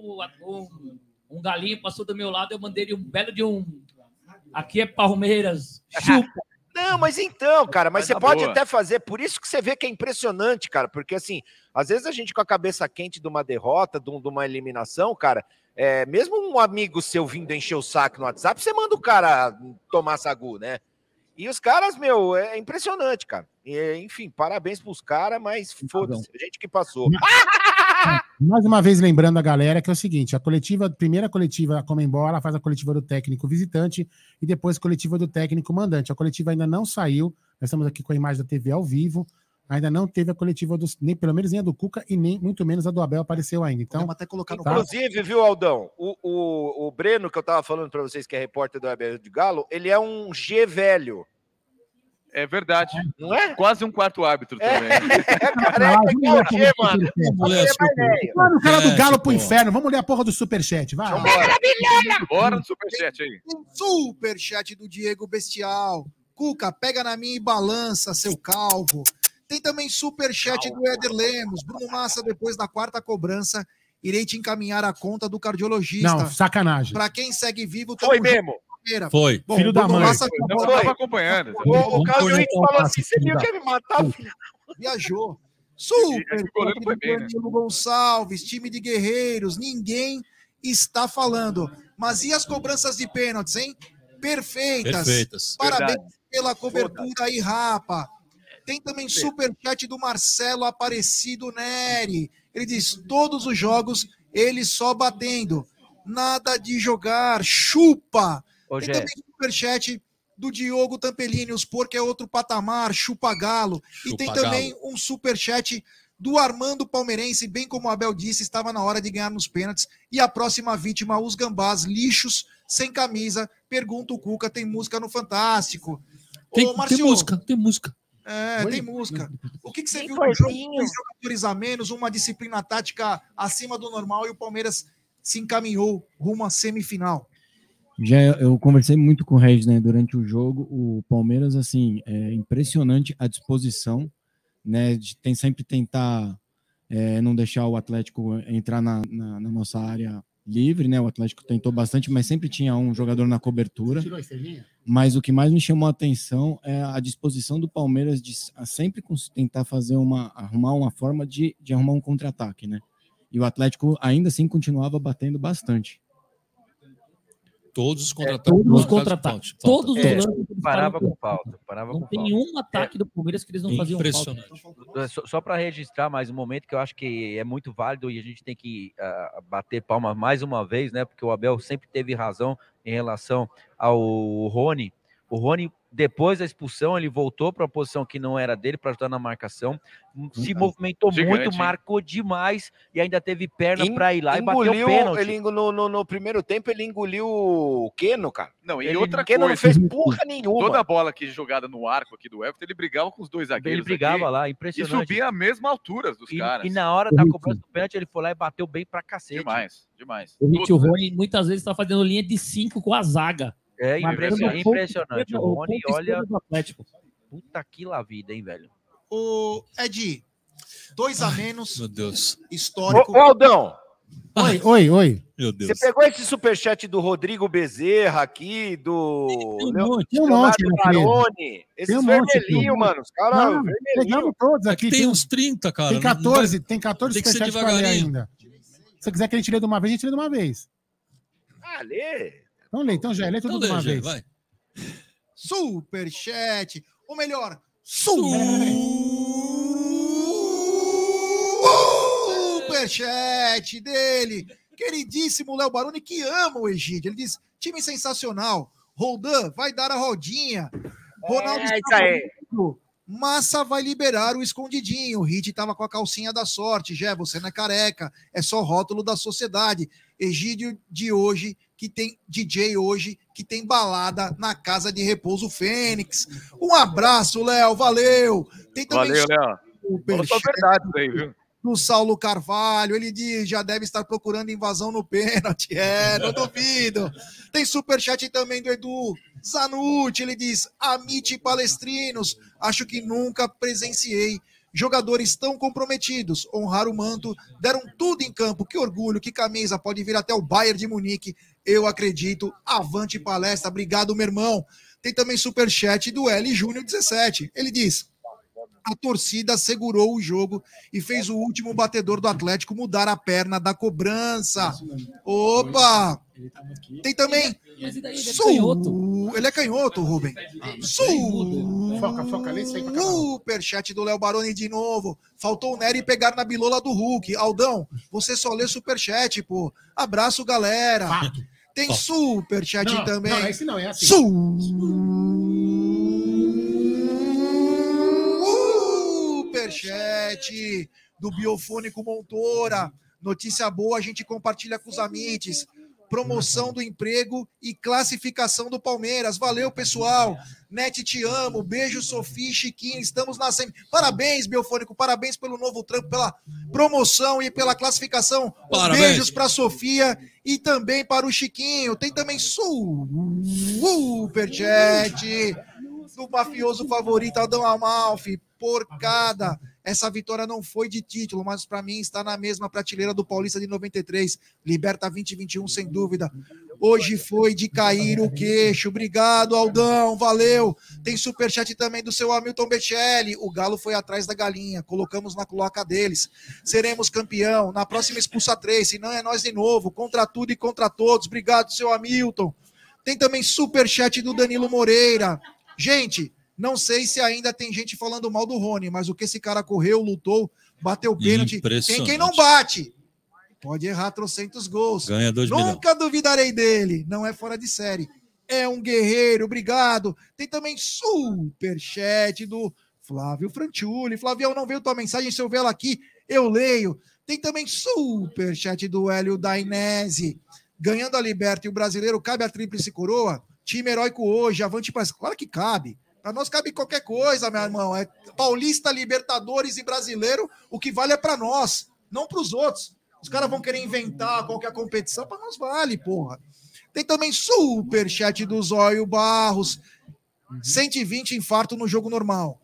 um galinho passou do meu lado, eu mandei ele um belo de um... Aqui é Palmeiras, chupa. Não, mas então, cara, mas você pode até fazer, por isso que você vê que é impressionante, cara, porque assim, às vezes a gente com a cabeça quente de uma derrota, de uma eliminação, cara, mesmo um amigo seu vindo encher o saco no WhatsApp, você manda o cara tomar sagu, né? E os caras, meu, é impressionante, cara. Enfim, parabéns pros caras, mas foda-se, a gente que passou. Mais uma vez lembrando a galera que é o seguinte, a primeira coletiva, a Conmebol, ela faz a coletiva do técnico visitante e depois a coletiva do técnico mandante. A coletiva ainda não saiu, nós estamos aqui com a imagem da TV ao vivo, ainda não teve a coletiva, nem pelo menos nem a do Cuca e nem muito menos a do Abel apareceu ainda. Então, até colocar no Inclusive, viu, Aldão, o Breno, que eu tava falando para vocês que é repórter do Web de Galo, ele é um G velho. É verdade. Não é? Quase um quarto árbitro também. Careca igual o G, mano. Mano, o cara do Galo pro inferno. Vamos ler a porra do superchat, vai. Bora no superchat aí. Superchat do Diego Bestial. Cuca, pega na minha e balança, seu calvo. Tem também superchat do Éder Lemos. Bruno Massa, depois da 4ª cobrança, irei te encaminhar a conta do cardiologista. Não, sacanagem. Pra quem segue vivo... Foi mesmo. Foi. Bom, filho da mãe. Eu estava acompanhando. O Carlos falou assim, você viu que ia me matar? Viajou. Super. Danilo Gonçalves, time de guerreiros, ninguém está falando. Mas e as cobranças de pênaltis, hein? perfeitas. Parabéns pela cobertura aí, Rapa. Tem também superchat do Marcelo Aparecido Neri. Ele diz, todos os jogos, ele só batendo. Nada de jogar, chupa. Tem também superchat do Diogo Tampelini, os porco é outro patamar, chupa galo. E tem também um superchat do Armando Palmeirense, bem como o Abel disse, estava na hora de ganhar nos pênaltis. E a próxima vítima, os gambás, lixos, sem camisa. Pergunta o Cuca, tem música no Fantástico? Tem música. Tem música. O que você viu no jogo? 2 jogadores a menos, uma disciplina tática acima do normal e o Palmeiras se encaminhou rumo à semifinal. Eu conversei muito com o Regis, né, durante o jogo. O Palmeiras, assim, é impressionante a disposição, né, de sempre tentar não deixar o Atlético entrar na nossa área livre, né? O Atlético tentou bastante, mas sempre tinha um jogador na cobertura. Mas o que mais me chamou a atenção é a disposição do Palmeiras de sempre tentar arrumar uma forma de arrumar um contra-ataque, né? E o Atlético ainda assim continuava batendo bastante. Todos os contra-ataques. Todos os lances parava com falta. Não tem um ataque do Palmeiras que eles não faziam falta. Só para registrar mais um momento que eu acho que é muito válido e a gente tem que bater palma mais uma vez, né? Porque o Abel sempre teve razão em relação ao Rony. O Rony, depois da expulsão, ele voltou para uma posição que não era dele para ajudar na marcação. Se movimentou muito, marcou demais e ainda teve perna para ir lá e bater o pênalti. No primeiro tempo, ele engoliu o Keno, cara. Não, e outra coisa, não fez porra nenhuma. Toda a bola aqui jogada no arco aqui do Everton, ele brigava com os dois zagueiros. Ele brigava aqui, lá, impressionante. E subia a mesma altura dos caras. E na hora da cobrança do pênalti, ele foi lá e bateu bem pra cacete. Demais. O Rony muitas vezes está fazendo linha de 5 com a zaga. É impressionante. O Rony, olha... Puta que lá vida, hein, velho? O Ed, 2 a menos. Meu Deus. Histórico. Ô, Aldão. Oi. Meu Deus. Você pegou esse superchat do Rodrigo Bezerra aqui, do Leonardo Baroni? Esses vermelhinhos, mano. Os caras pegamos todos aqui. Tem uns 30, cara. Tem 14 que ser superchats pra ler ainda. Se você quiser que a gente lê de uma vez, a gente lê de uma vez. Lê. Então já lê tudo de uma vez. Vai. Superchat. Ou melhor, superchat dele. Queridíssimo Léo Baroni, que ama o Egídio. Ele diz, time sensacional. Roldan vai dar a rodinha. Ronaldo está falando. Massa vai liberar o escondidinho. O Hit estava com a calcinha da sorte. Você não é careca. É só rótulo da sociedade. Egídio de hoje, que tem DJ hoje, que tem balada na Casa de Repouso Fênix. Um abraço, Léo. Valeu. Tem também Léo. Falou só verdade aí, viu? Do Saulo Carvalho, ele diz, já deve estar procurando invasão no pênalti. Não duvido. Tem superchat também do Edu Zanucci, ele diz, Amite Palestrinos, acho que nunca presenciei jogadores tão comprometidos, honrar o manto, deram tudo em campo, que orgulho, que camisa, pode vir até o Bayern de Munique, eu acredito, avante palestra, obrigado meu irmão. Tem também superchat do L Júnior 17, ele diz, a torcida segurou o jogo e fez o último batedor do Atlético mudar a perna da cobrança. Opa! Tem também... Ele é canhoto, Rubem. Foca ali, Superchat do Léo Baroni de novo. Faltou o Nery pegar na bilola do Hulk. Aldão, você só lê superchat, pô. Abraço, galera. Tem superchat também. Não, esse não, é assim. Superchat do Biofônico Montoura. Notícia boa, a gente compartilha com os amites. Promoção do emprego e classificação do Palmeiras. Valeu, pessoal. Net, te amo. Beijo, Sofia e Chiquinho. Estamos na semi. Parabéns, Biofônico. Parabéns pelo novo trampo, pela promoção e pela classificação. Beijos para Sofia e também para o Chiquinho. Tem também superchat do mafioso favorito, Aldão Amalfi. Porcada. Essa vitória não foi de título, mas para mim está na mesma prateleira do Paulista de 93. Liberta 2021, sem dúvida. Hoje foi de cair o queixo. Obrigado, Aldão. Valeu. Tem superchat também do seu Hamilton Bechelli. O Galo foi atrás da galinha. Colocamos na cloaca deles. Seremos campeão. Na próxima expulsa 3. Se não é nós de novo. Contra tudo e contra todos. Obrigado, seu Hamilton. Tem também superchat do Danilo Moreira. Gente, não sei se ainda tem gente falando mal do Rony, mas o que esse cara correu, lutou, bateu o pênalti. Tem quem não bate. Pode errar trocentos gols. Ganha 2 milhões. Nunca duvidarei dele. Não é fora de série. É um guerreiro, obrigado. Tem também superchat do Flávio Franciulli. Flavião, não veio tua mensagem, se eu ver ela aqui, eu leio. Tem também superchat do Hélio Dainese. Ganhando a Liberta e o brasileiro, cabe a tríplice coroa? Time heróico hoje, avante para... Claro que cabe. Para nós cabe qualquer coisa, meu irmão. É Paulista, Libertadores e brasileiro, o que vale é para nós, não para os outros. Os caras vão querer inventar qualquer competição, para nós vale, porra. Tem também superchat do Zóio Barros. 120 infarto no jogo normal.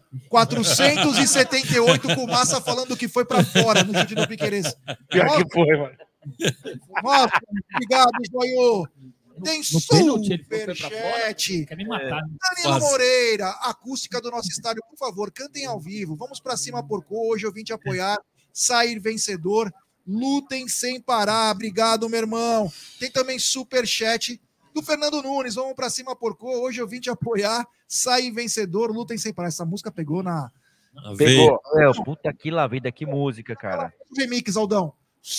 478 com Massa falando que foi para fora no chute do Piqueires. Pior que foi, mano. Nossa, obrigado, Zóio. Tem superchat. Quer me matar. Danilo Moreira, acústica do nosso estádio, por favor, cantem ao vivo. Vamos para cima, porco. Hoje eu vim te apoiar. Sair vencedor. Lutem sem parar. Obrigado, meu irmão. Tem também superchat do Fernando Nunes. Vamos pra cima, porco. Hoje eu vim te apoiar. Sai vencedor. Lutem sem parar. Essa música pegou na... Pegou. Puta que lá, vida, que música, cara. Remix, Aldão.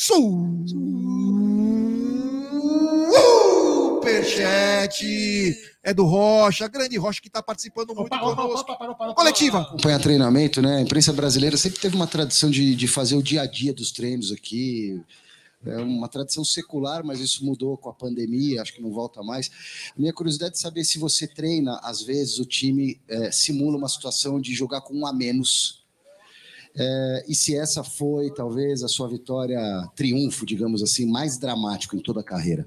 Superchat é do Rocha, grande Rocha, que está participando muito conosco. Coletiva. Acompanhar treinamento, né? A imprensa brasileira sempre teve uma tradição de fazer o dia a dia dos treinos aqui. É uma tradição secular, mas isso mudou com a pandemia, acho que não volta mais. A minha curiosidade é saber se você treina, às vezes o time simula uma situação de jogar com um a menos. E se essa foi, talvez, a sua vitória, triunfo, digamos assim, mais dramático em toda a carreira?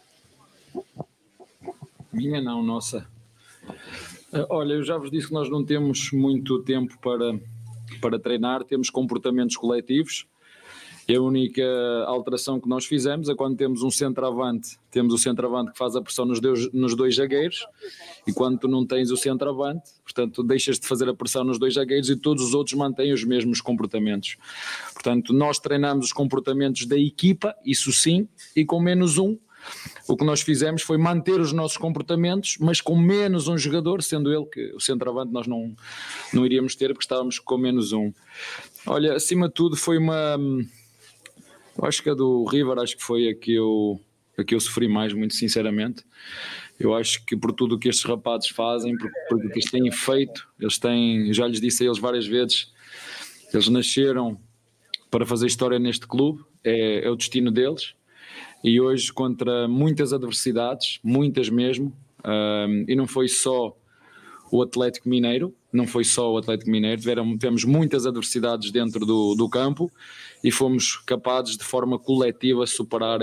Minha não, nossa. Olha, eu já vos disse que nós não temos muito tempo para treinar, temos comportamentos coletivos. E a única alteração que nós fizemos é quando temos um centroavante, temos o centroavante que faz a pressão nos dois zagueiros, e quando tu não tens o centroavante, portanto, deixas de fazer a pressão nos dois zagueiros e todos os outros mantêm os mesmos comportamentos. Portanto, nós treinamos os comportamentos da equipa, isso sim, e com menos um. O que nós fizemos foi manter os nossos comportamentos, mas com menos um jogador, sendo ele que o centroavante nós não iríamos ter, porque estávamos com menos um. Olha, acima de tudo foi eu acho que a do River, acho que foi a que eu sofri mais, muito sinceramente. Eu acho que por tudo o que estes rapazes fazem, por o que eles têm feito, já lhes disse a eles várias vezes, eles nasceram para fazer história neste clube, é o destino deles. E hoje, contra muitas adversidades, muitas mesmo, e não foi só o Atlético Mineiro, tivemos muitas adversidades dentro do campo e fomos capazes de forma coletiva superar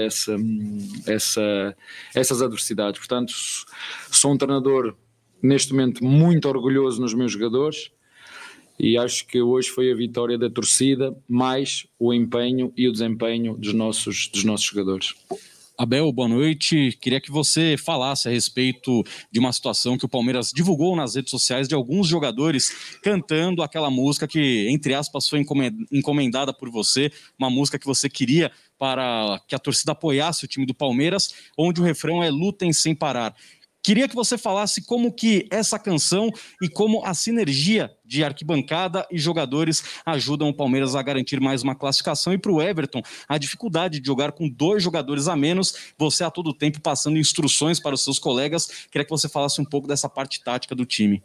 essas adversidades. Portanto, sou um treinador neste momento muito orgulhoso nos meus jogadores e acho que hoje foi a vitória da torcida, mais o empenho e o desempenho dos nossos jogadores. Abel, boa noite. Queria que você falasse a respeito de uma situação que o Palmeiras divulgou nas redes sociais de alguns jogadores cantando aquela música que, entre aspas, foi encomendada por você, uma música que você queria para que a torcida apoiasse o time do Palmeiras, onde o refrão é "Lutem sem parar". Queria que você falasse como que essa canção e como a sinergia de arquibancada e jogadores ajudam o Palmeiras a garantir mais uma classificação. E para o Everton, a dificuldade de jogar com 2 jogadores a menos, você a todo tempo passando instruções para os seus colegas. Queria que você falasse um pouco dessa parte tática do time.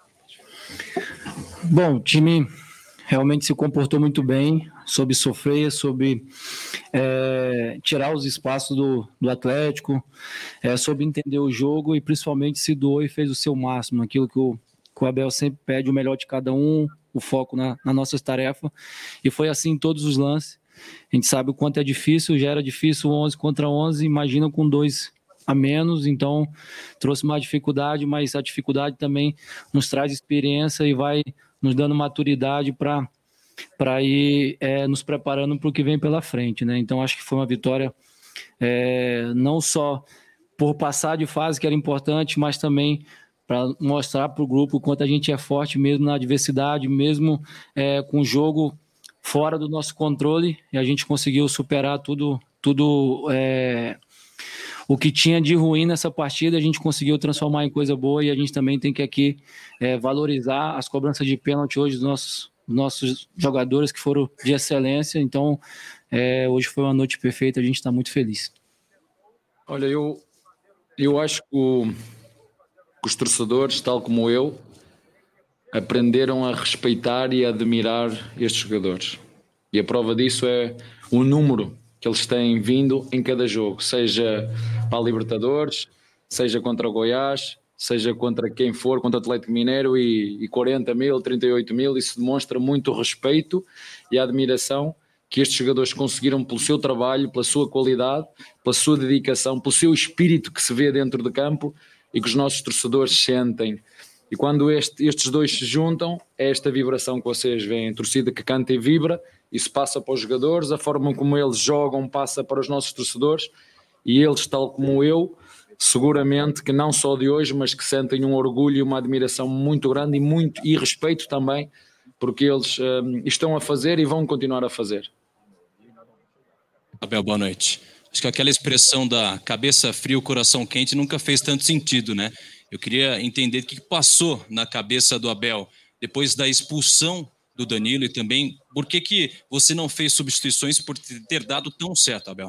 Bom, o time realmente se comportou muito bem, soube sofrer, soube tirar os espaços do Atlético, soube entender o jogo e principalmente se doou e fez o seu máximo, aquilo que o Abel sempre pede, o melhor de cada um, o foco na nossas tarefas, e foi assim em todos os lances. A gente sabe o quanto é difícil, já era difícil 11 contra 11, imagina com 2 a menos, então trouxe mais dificuldade, mas a dificuldade também nos traz experiência e vai nos dando maturidade para ir nos preparando para o que vem pela frente, né? Então acho que foi uma vitória não só por passar de fase, que era importante, mas também para mostrar para o grupo o quanto a gente é forte mesmo na adversidade, mesmo com o jogo fora do nosso controle, e a gente conseguiu superar tudo o que tinha de ruim nessa partida, a gente conseguiu transformar em coisa boa, e a gente também tem que aqui valorizar as cobranças de pênalti hoje dos nossos jogadores, que foram de excelência. Então, hoje foi uma noite perfeita, a gente está muito feliz. Olha, eu acho que os torcedores, tal como eu, aprenderam a respeitar e a admirar estes jogadores. E a prova disso é o número que eles têm vindo em cada jogo, seja para a Libertadores, seja contra o Goiás, seja contra quem for, contra o Atlético Mineiro, e 40 mil, 38 mil. Isso demonstra muito o respeito e a admiração que estes jogadores conseguiram pelo seu trabalho, pela sua qualidade, pela sua dedicação, pelo seu espírito que se vê dentro de campo e que os nossos torcedores sentem. E quando estes dois se juntam, é esta vibração que vocês veem, a torcida que canta e vibra, isso passa para os jogadores, a forma como eles jogam passa para os nossos torcedores, e eles, tal como eu, seguramente que não só de hoje, mas que sentem um orgulho e uma admiração muito grande e respeito também, porque eles estão a fazer e vão continuar a fazer. Abel, boa noite. Acho que aquela expressão da cabeça fria, o coração quente nunca fez tanto sentido, né? Eu queria entender o que passou na cabeça do Abel depois da expulsão do Danilo, e também por que você não fez substituições por ter dado tão certo, Abel?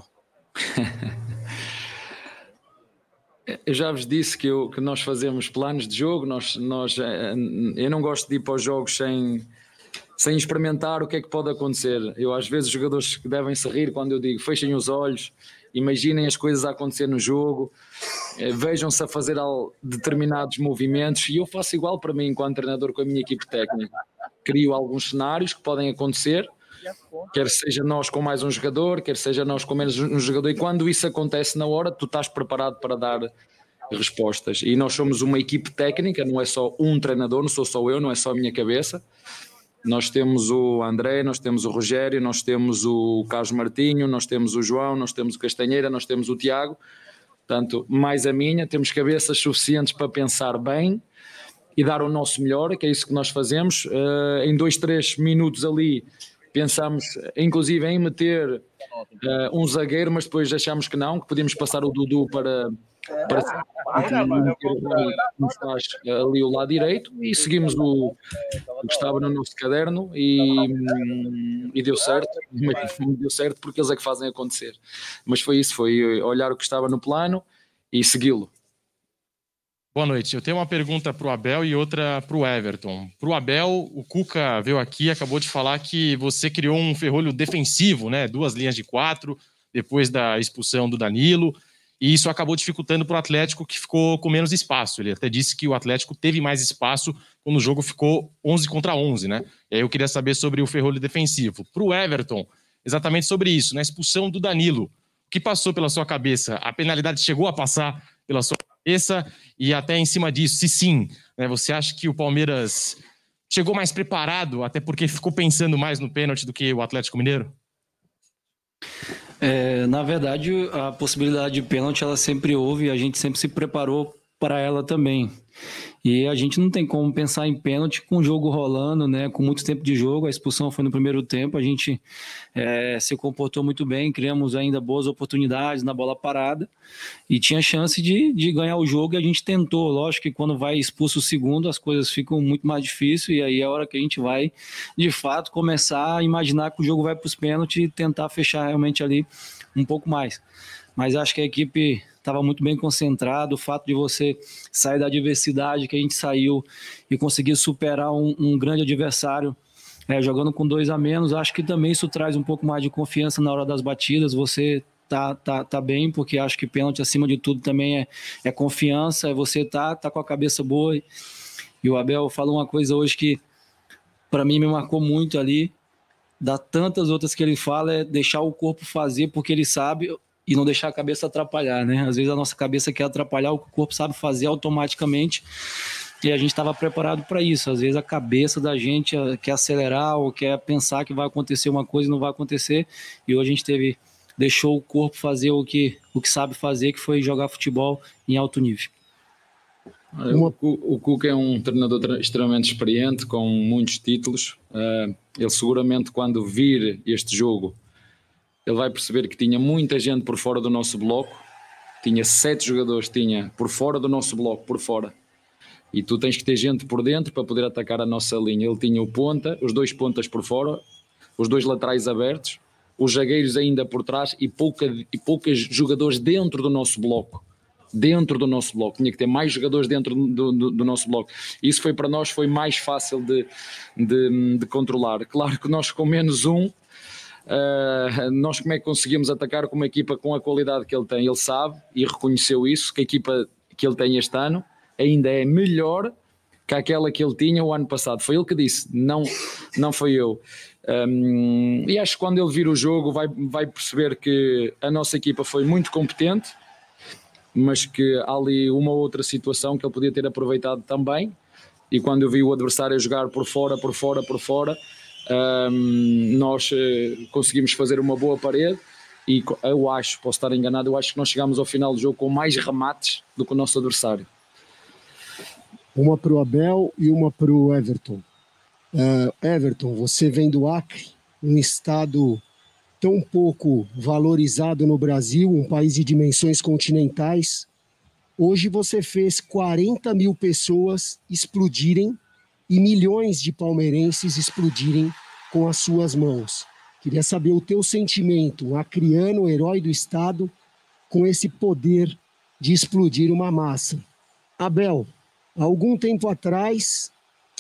Eu já vos disse que nós fazemos planos de jogo, eu não gosto de ir para os jogos sem experimentar o que é que pode acontecer. Eu, às vezes, os jogadores que devem se rir quando eu digo fechem os olhos, imaginem as coisas a acontecer no jogo, vejam-se a fazer determinados movimentos, e eu faço igual para mim enquanto treinador com a minha equipe técnica. Crio alguns cenários que podem acontecer, quer seja nós com mais um jogador, quer seja nós com menos um jogador, e quando isso acontece na hora, tu estás preparado para dar respostas. E nós somos uma equipe técnica, não é só um treinador, não sou só eu, não é só a minha cabeça. Nós temos o André, nós temos o Rogério, nós temos o Carlos Martinho, nós temos o João, nós temos o Castanheira, nós temos o Tiago. Portanto, mais a minha, temos cabeças suficientes para pensar bem e dar o nosso melhor, que é isso que nós fazemos. Em 2-3 minutos ali pensámos inclusive em meter um zagueiro, mas depois achámos que não, que podíamos passar o Dudu para faz ali o lado direito, e seguimos o que estava no nosso caderno, e deu certo, deu certo porque eles é que fazem acontecer. Mas foi isso, foi olhar o que estava no plano e segui-lo. Boa noite. Eu tenho uma pergunta para o Abel e outra para o Everton. Para o Abel, o Cuca veio aqui e acabou de falar que você criou um ferrolho defensivo, né? 2 linhas de 4, depois da expulsão do Danilo, e isso acabou dificultando para o Atlético, que ficou com menos espaço. Ele até disse que o Atlético teve mais espaço quando o jogo ficou 11 contra 11, né? E aí eu queria saber sobre o ferrolho defensivo. Para o Everton, exatamente sobre isso, na expulsão do Danilo. O que passou pela sua cabeça? A penalidade chegou a passar pela sua cabeça? E até em cima disso, se sim, né, você acha que o Palmeiras chegou mais preparado, até porque ficou pensando mais no pênalti do que o Atlético Mineiro? Na verdade, a possibilidade de pênalti ela sempre houve, e a gente sempre se preparou para ela também. E a gente não tem como pensar em pênalti com o jogo rolando, né? Com muito tempo de jogo. A expulsão foi no primeiro tempo, a gente se comportou muito bem, criamos ainda boas oportunidades na bola parada e tinha chance de ganhar o jogo, e a gente tentou. Lógico que quando vai expulso o segundo, as coisas ficam muito mais difíceis, e aí é a hora que a gente vai, de fato, começar a imaginar que o jogo vai para os pênaltis e tentar fechar realmente ali um pouco mais. Mas acho que a equipe estava muito bem concentrada. O fato de você sair da adversidade que a gente saiu e conseguir superar um grande adversário, jogando com 2 a menos, acho que também isso traz um pouco mais de confiança na hora das batidas. Você tá bem, porque acho que pênalti, acima de tudo, também é confiança, é você tá com a cabeça boa. E o Abel falou uma coisa hoje que para mim me marcou muito ali, da tantas outras que ele fala, é deixar o corpo fazer, porque ele sabe, e não deixar a cabeça atrapalhar, né? Às vezes a nossa cabeça quer atrapalhar, o corpo sabe fazer automaticamente, e a gente estava preparado para isso. Às vezes a cabeça da gente quer acelerar ou quer pensar que vai acontecer uma coisa e não vai acontecer, e hoje a gente deixou o corpo fazer o que sabe fazer, que foi jogar futebol em alto nível. O Cuca é um treinador extremamente experiente, com muitos títulos. Ele seguramente, quando vir este jogo, ele vai perceber que tinha muita gente por fora do nosso bloco, tinha 7 jogadores, tinha por fora do nosso bloco, por fora. E tu tens que ter gente por dentro para poder atacar a nossa linha. Ele tinha o ponta, os 2 pontas por fora, os 2 laterais abertos, os zagueiros ainda por trás e poucos jogadores dentro do nosso bloco. Dentro do nosso bloco, tinha que ter mais jogadores dentro do nosso bloco. Isso foi para nós, foi mais fácil de controlar. Claro que nós com menos um, nós como é que conseguimos atacar com uma equipa com a qualidade que ele tem? Ele sabe e reconheceu isso, que a equipa que ele tem este ano ainda é melhor que aquela que ele tinha o ano passado. Foi ele que disse, não foi eu. E acho que quando ele vir o jogo vai perceber que a nossa equipa foi muito competente, mas que há ali uma outra situação que ele podia ter aproveitado também, e quando eu vi o adversário a jogar por fora, nós conseguimos fazer uma boa parede, e eu acho, posso estar enganado, eu acho que nós chegámos ao final do jogo com mais remates do que o nosso adversário. Uma para o Abel e uma para o Everton. Everton, você vem do Acre, um estado tão pouco valorizado no Brasil, um país de dimensões continentais. Hoje você fez 40 mil pessoas explodirem e milhões de palmeirenses explodirem com as suas mãos. Queria saber o teu sentimento, um acriano, herói do estado, com esse poder de explodir uma massa. Abel, há algum tempo atrás,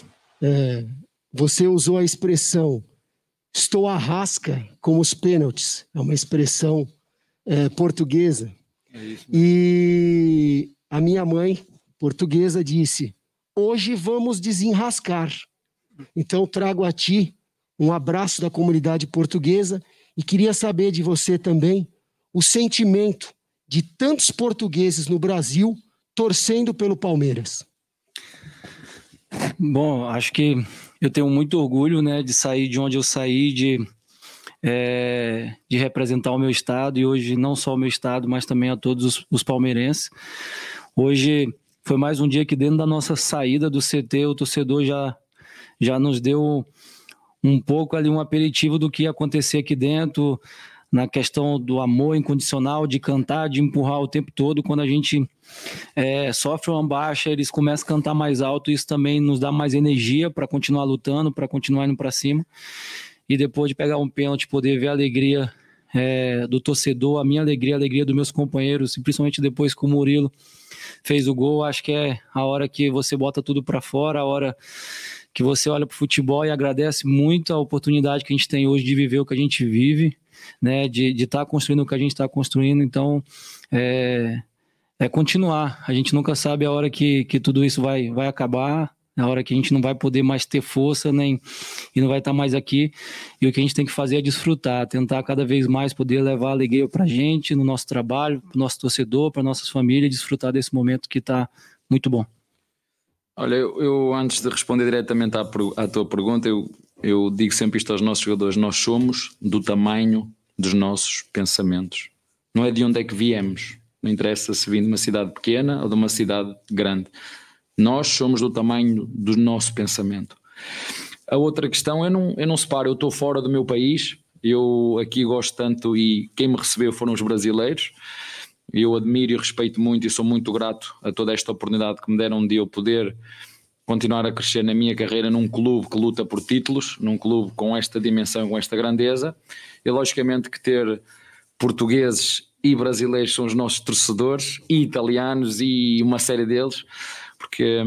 você usou a expressão "estou à rasca com os pênaltis", é uma expressão portuguesa. E a minha mãe, portuguesa, disse: "Hoje vamos desenrascar". Então trago a ti um abraço da comunidade portuguesa e queria saber de você também o sentimento de tantos portugueses no Brasil torcendo pelo Palmeiras. Bom, acho que eu tenho muito orgulho, né, de sair de onde eu saí, de representar o meu estado, e hoje não só o meu estado, mas também a todos os palmeirenses. Hoje foi mais um dia que dentro da nossa saída do CT, o torcedor já nos deu um pouco ali um aperitivo do que ia acontecer aqui dentro, na questão do amor incondicional, de cantar, de empurrar o tempo todo. Quando a gente sofre uma baixa, eles começam a cantar mais alto, isso também nos dá mais energia para continuar lutando, para continuar indo para cima. E depois de pegar um pênalti, poder ver a alegria do torcedor, a minha alegria, a alegria dos meus companheiros, e principalmente depois que o Murilo fez o gol, acho que é a hora que você bota tudo para fora, a hora que você olha para o futebol e agradece muito a oportunidade que a gente tem hoje de viver o que a gente vive, né, de estar construindo o que a gente está construindo. Então é continuar. A gente nunca sabe a hora que tudo isso vai acabar, a hora que a gente não vai poder mais ter força e não vai estar mais aqui, e o que a gente tem que fazer é desfrutar, tentar cada vez mais poder levar alegria para a gente, no nosso trabalho, para o nosso torcedor, para nossas famílias, desfrutar desse momento que está muito bom. Olha, eu antes de responder diretamente à tua pergunta, eu digo sempre isto aos nossos jogadores: nós somos do tamanho dos nossos pensamentos, não é de onde é que viemos, não interessa se vim de uma cidade pequena ou de uma cidade grande, nós somos do tamanho do nosso pensamento. A outra questão, eu não separo, eu estou fora do meu país, eu aqui gosto tanto, e quem me recebeu foram os brasileiros, eu admiro e respeito muito e sou muito grato a toda esta oportunidade que me deram de eu poder continuar a crescer na minha carreira num clube que luta por títulos, num clube com esta dimensão, com esta grandeza, e logicamente que ter portugueses e brasileiros são os nossos torcedores, e italianos e uma série deles, porque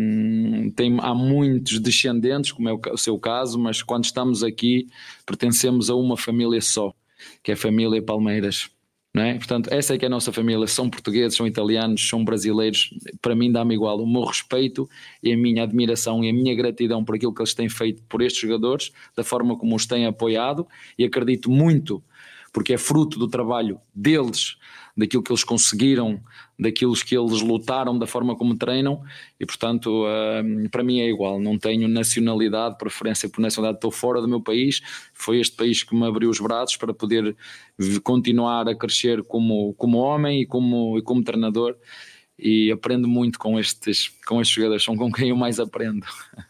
há muitos descendentes, como é o seu caso, mas quando estamos aqui pertencemos a uma família só, que é a família Palmeiras. Não é? Portanto, essa é que é a nossa família, são portugueses, são italianos, são brasileiros, para mim dá-me igual, o meu respeito e a minha admiração e a minha gratidão por aquilo que eles têm feito por estes jogadores, da forma como os têm apoiado, e acredito muito, porque é fruto do trabalho deles, daquilo que eles conseguiram, daquilo que eles lutaram, da forma como treinam, e portanto para mim é igual, não tenho nacionalidade, preferência por nacionalidade, estou fora do meu país, foi este país que me abriu os braços para poder continuar a crescer como homem e como treinador, e aprendo muito com estes jogadores, são com quem eu mais aprendo.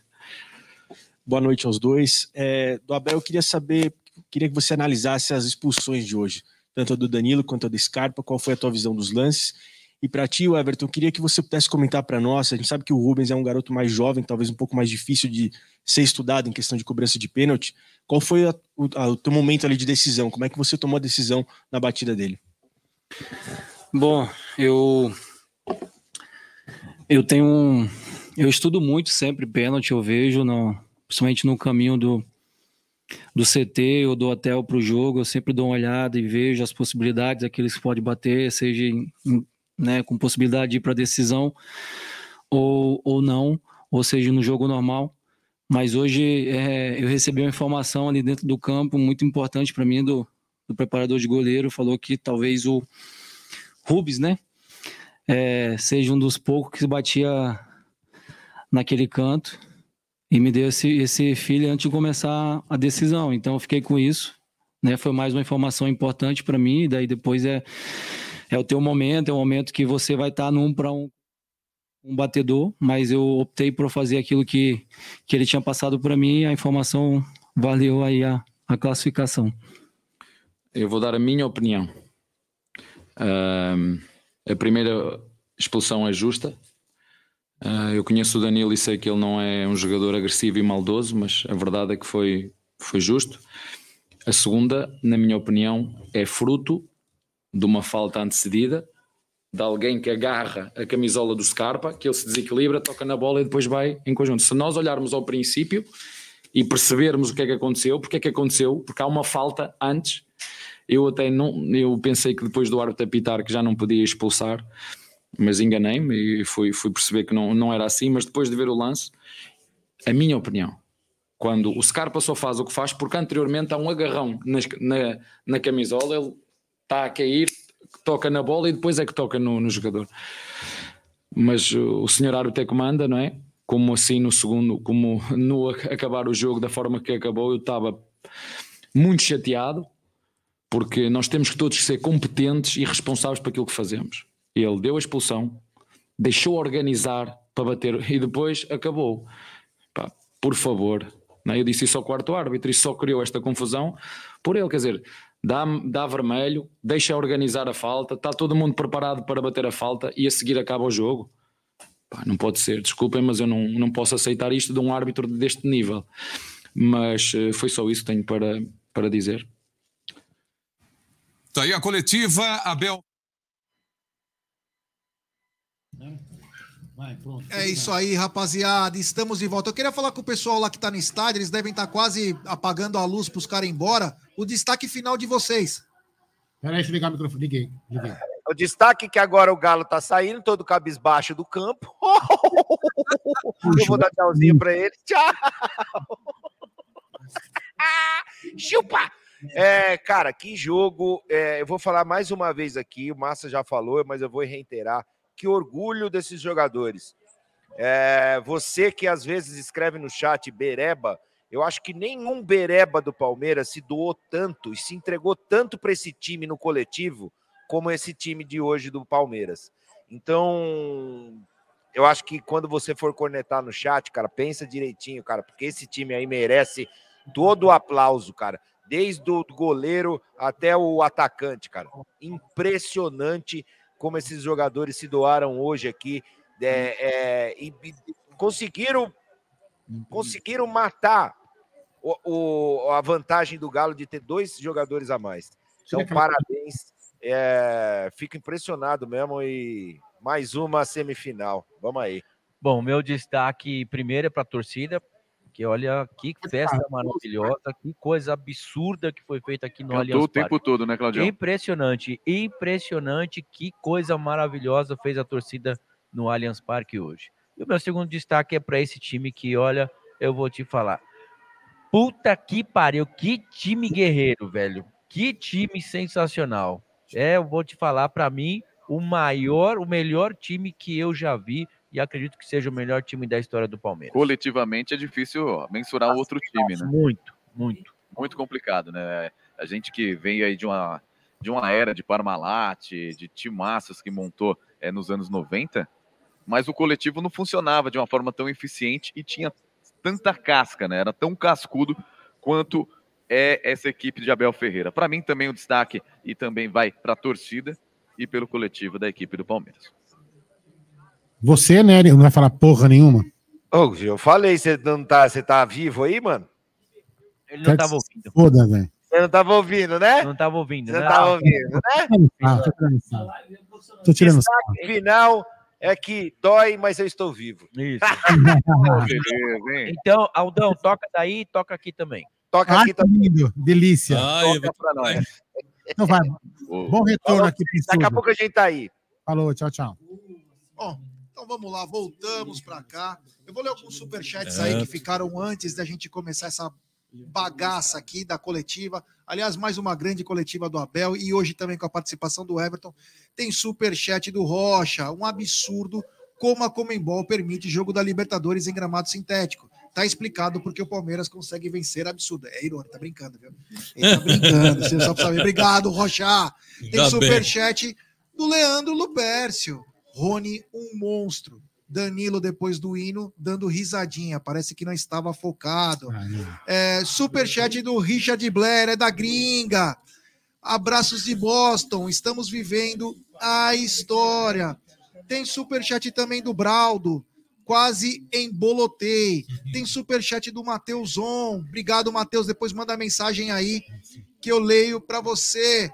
Boa noite aos dois. Do Abel, eu queria que você analisasse as expulsões de hoje, tanto a do Danilo quanto a do Scarpa. Qual foi a tua visão dos lances? E para ti, Everton, queria que você pudesse comentar para nós. A gente sabe que o Rubens é um garoto mais jovem, talvez um pouco mais difícil de ser estudado em questão de cobrança de pênalti. Qual foi o teu momento ali de decisão? Como é que você tomou a decisão na batida dele? Bom, eu estudo muito sempre pênalti, eu vejo, principalmente no caminho do CT ou do hotel para o jogo, eu sempre dou uma olhada e vejo as possibilidades, aqueles que pode bater, seja com possibilidade de ir para decisão ou não, ou seja, no jogo normal. Mas hoje eu recebi uma informação ali dentro do campo muito importante para mim do preparador de goleiro, falou que talvez o Rubens, seja um dos poucos que batia naquele canto e me deu esse feeling antes de começar a decisão. Então eu fiquei com isso, foi mais uma informação importante para mim, e daí depois é o teu momento, é o momento que você vai estar num para um batedor, mas eu optei por fazer aquilo que ele tinha passado para mim, e a informação valeu aí a classificação. Eu vou dar a minha opinião. A primeira expulsão é justa. Eu conheço o Danilo e sei que ele não é um jogador agressivo e maldoso, mas a verdade é que foi justo. A segunda, na minha opinião, é fruto de uma falta antecedida, de alguém que agarra a camisola do Scarpa, que ele se desequilibra, toca na bola e depois vai em conjunto. Se nós olharmos ao princípio e percebermos o que é que aconteceu, porque é que aconteceu, porque há uma falta antes. Eu pensei que depois do árbitro apitar que já não podia expulsar, mas enganei-me e fui perceber que não era assim. Mas depois de ver o lance, a minha opinião, quando o Scarpa só faz o que faz porque anteriormente há um agarrão na camisola, ele está a cair, toca na bola e depois é que toca no jogador. Mas o senhor árbitro é que manda, não é? Como assim no segundo, como no acabar o jogo da forma que acabou, eu estava muito chateado, porque nós temos que todos ser competentes e responsáveis por aquilo que fazemos. Ele deu a expulsão, deixou organizar para bater e depois acabou. Pá, por favor, não é? Eu disse isso ao quarto árbitro, isso só criou esta confusão por ele, quer dizer, dá vermelho, deixa organizar a falta, está todo mundo preparado para bater a falta e a seguir acaba o jogo. Pá, não pode ser, desculpem, mas eu não posso aceitar isto de um árbitro deste nível. Mas foi só isso que tenho para dizer. Tá aí a coletiva, Abel. Vai, pronto. É isso aí, rapaziada. Estamos de volta. Eu queria falar com o pessoal lá que tá no estádio. Eles devem estar quase apagando a luz para os caras ir embora. O destaque final de vocês. Peraí, deixa eu ligar o microfone. Liguei. O destaque é que agora o Galo tá saindo todo cabisbaixo do campo. Eu vou dar tchauzinho para ele. Tchau. Chupa! Cara, que jogo. Eu vou falar mais uma vez aqui. O Massa já falou, mas eu vou reiterar. Que orgulho desses jogadores. Você que às vezes escreve no chat bereba, eu acho que nenhum bereba do Palmeiras se doou tanto e se entregou tanto para esse time no coletivo como esse time de hoje do Palmeiras. Então, eu acho que quando você for cornetar no chat, cara, pensa direitinho, cara, porque esse time aí merece todo o aplauso, cara. Desde o goleiro até o atacante, cara. Impressionante como esses jogadores se doaram hoje aqui e conseguiram matar a vantagem do Galo de ter 2 jogadores a mais. Então, parabéns. Fico impressionado mesmo e mais uma semifinal. Vamos aí. Bom, meu destaque primeiro é para a torcida, que olha que festa maravilhosa, que coisa absurda que foi feita aqui no Allianz Parque. O tempo todo, né, Claudião? Impressionante, que coisa maravilhosa fez a torcida no Allianz Parque hoje. E o meu segundo destaque é para esse time que, olha, eu vou te falar. Puta que pariu, que time guerreiro, velho. Que time sensacional. Eu vou te falar, para mim, o melhor time que eu já vi e acredito que seja o melhor time da história do Palmeiras. Coletivamente é difícil mensurar outro time, né? Muito complicado, né? A gente que vem aí de uma era de Parmalat, de timaços que montou nos anos 90, mas o coletivo não funcionava de uma forma tão eficiente e tinha tanta casca, né? Era tão cascudo quanto é essa equipe de Abel Ferreira. Para mim também o destaque e também vai para a torcida e pelo coletivo da equipe do Palmeiras. Você, né, não vai falar porra nenhuma? Ô, eu falei, você tá vivo aí, mano? Ele não tava ouvindo. Foda, velho. Você não tava ouvindo, né? Não tava ouvindo, Você né? não tava ouvindo, né? Tô tirando Destaque final é que dói, mas eu estou vivo. Isso. Beleza, hein? Então, Aldão, toca daí, toca aqui também. Toca aqui também. Lindo. Delícia. Toca pra nós. Então vai. Bom retorno aqui pro Daqui a estúdio. pouco a gente tá aí. Falou, tchau, tchau. Bom, então vamos lá, voltamos para cá. Eu vou ler alguns superchats aí que ficaram antes da gente começar essa bagaça aqui da coletiva. Aliás, mais uma grande coletiva do Abel e hoje também com a participação do Everton. Tem superchat do Rocha, um absurdo como a Conmebol permite jogo da Libertadores em gramado sintético. Tá explicado porque o Palmeiras consegue vencer absurdo. É irônico, tá brincando, viu? Ele tá brincando, você só precisa ver. Obrigado, Rocha. Tem superchat do Leandro Lupércio. Rony, um monstro. Danilo, depois do hino, dando risadinha. Parece que não estava focado. Superchat do Richard Blair, é da gringa. Abraços de Boston. Estamos vivendo a história. Tem superchat também do Braldo. Quase embolotei. Tem superchat do Matheus On. Obrigado, Matheus. Depois manda mensagem aí que eu leio para você.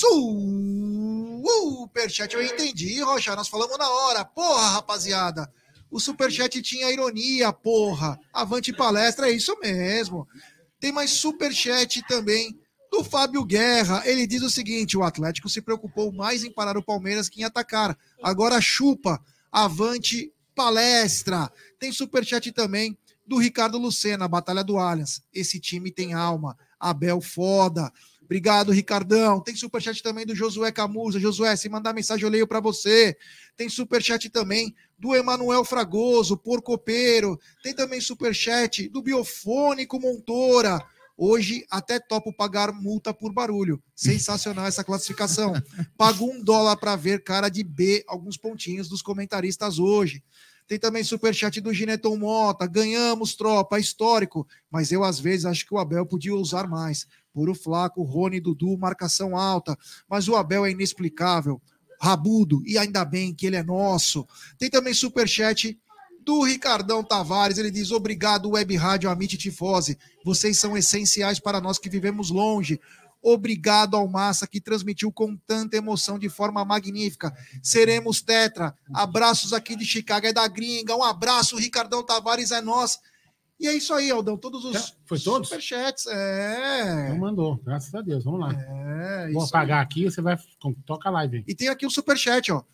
Superchat, eu entendi, Rocha. Nós falamos na hora. Porra, rapaziada. O superchat tinha ironia, porra. Avante palestra, é isso mesmo. Tem mais superchat também do Fábio Guerra. Ele diz o seguinte: o Atlético se preocupou mais em parar o Palmeiras que em atacar. Agora chupa. Avante palestra. Tem superchat também do Ricardo Lucena, Batalha do Allianz. Esse time tem alma. Abel foda. Obrigado, Ricardão. Tem superchat também do Josué Camusa. Josué, se mandar mensagem eu leio para você. Tem superchat também do Emanuel Fragoso, Porcopeiro. Tem também superchat do Biofônico Montoura. Hoje até topo pagar multa por barulho. Sensacional essa classificação. Pago $1 para ver cara de B, alguns pontinhos dos comentaristas hoje. Tem também superchat do Gineton Mota. Ganhamos, tropa, histórico. Mas eu, às vezes, acho que o Abel podia usar mais. Puro Flaco, Rony, Dudu, marcação alta. Mas o Abel é inexplicável. Rabudo, e ainda bem que ele é nosso. Tem também superchat do Ricardão Tavares. Ele diz: obrigado, Web Rádio Amit Tifose. Vocês são essenciais para nós que vivemos longe. Obrigado ao Massa, que transmitiu com tanta emoção de forma magnífica. Seremos tetra. Abraços aqui de Chicago, é da gringa. Um abraço, Ricardão Tavares, é nós. E é isso aí, Aldão. Todos os superchats. Não mandou, graças a Deus. Vamos lá. Vou apagar aqui, você vai... Toca a live. E tem aqui o superchat, ó.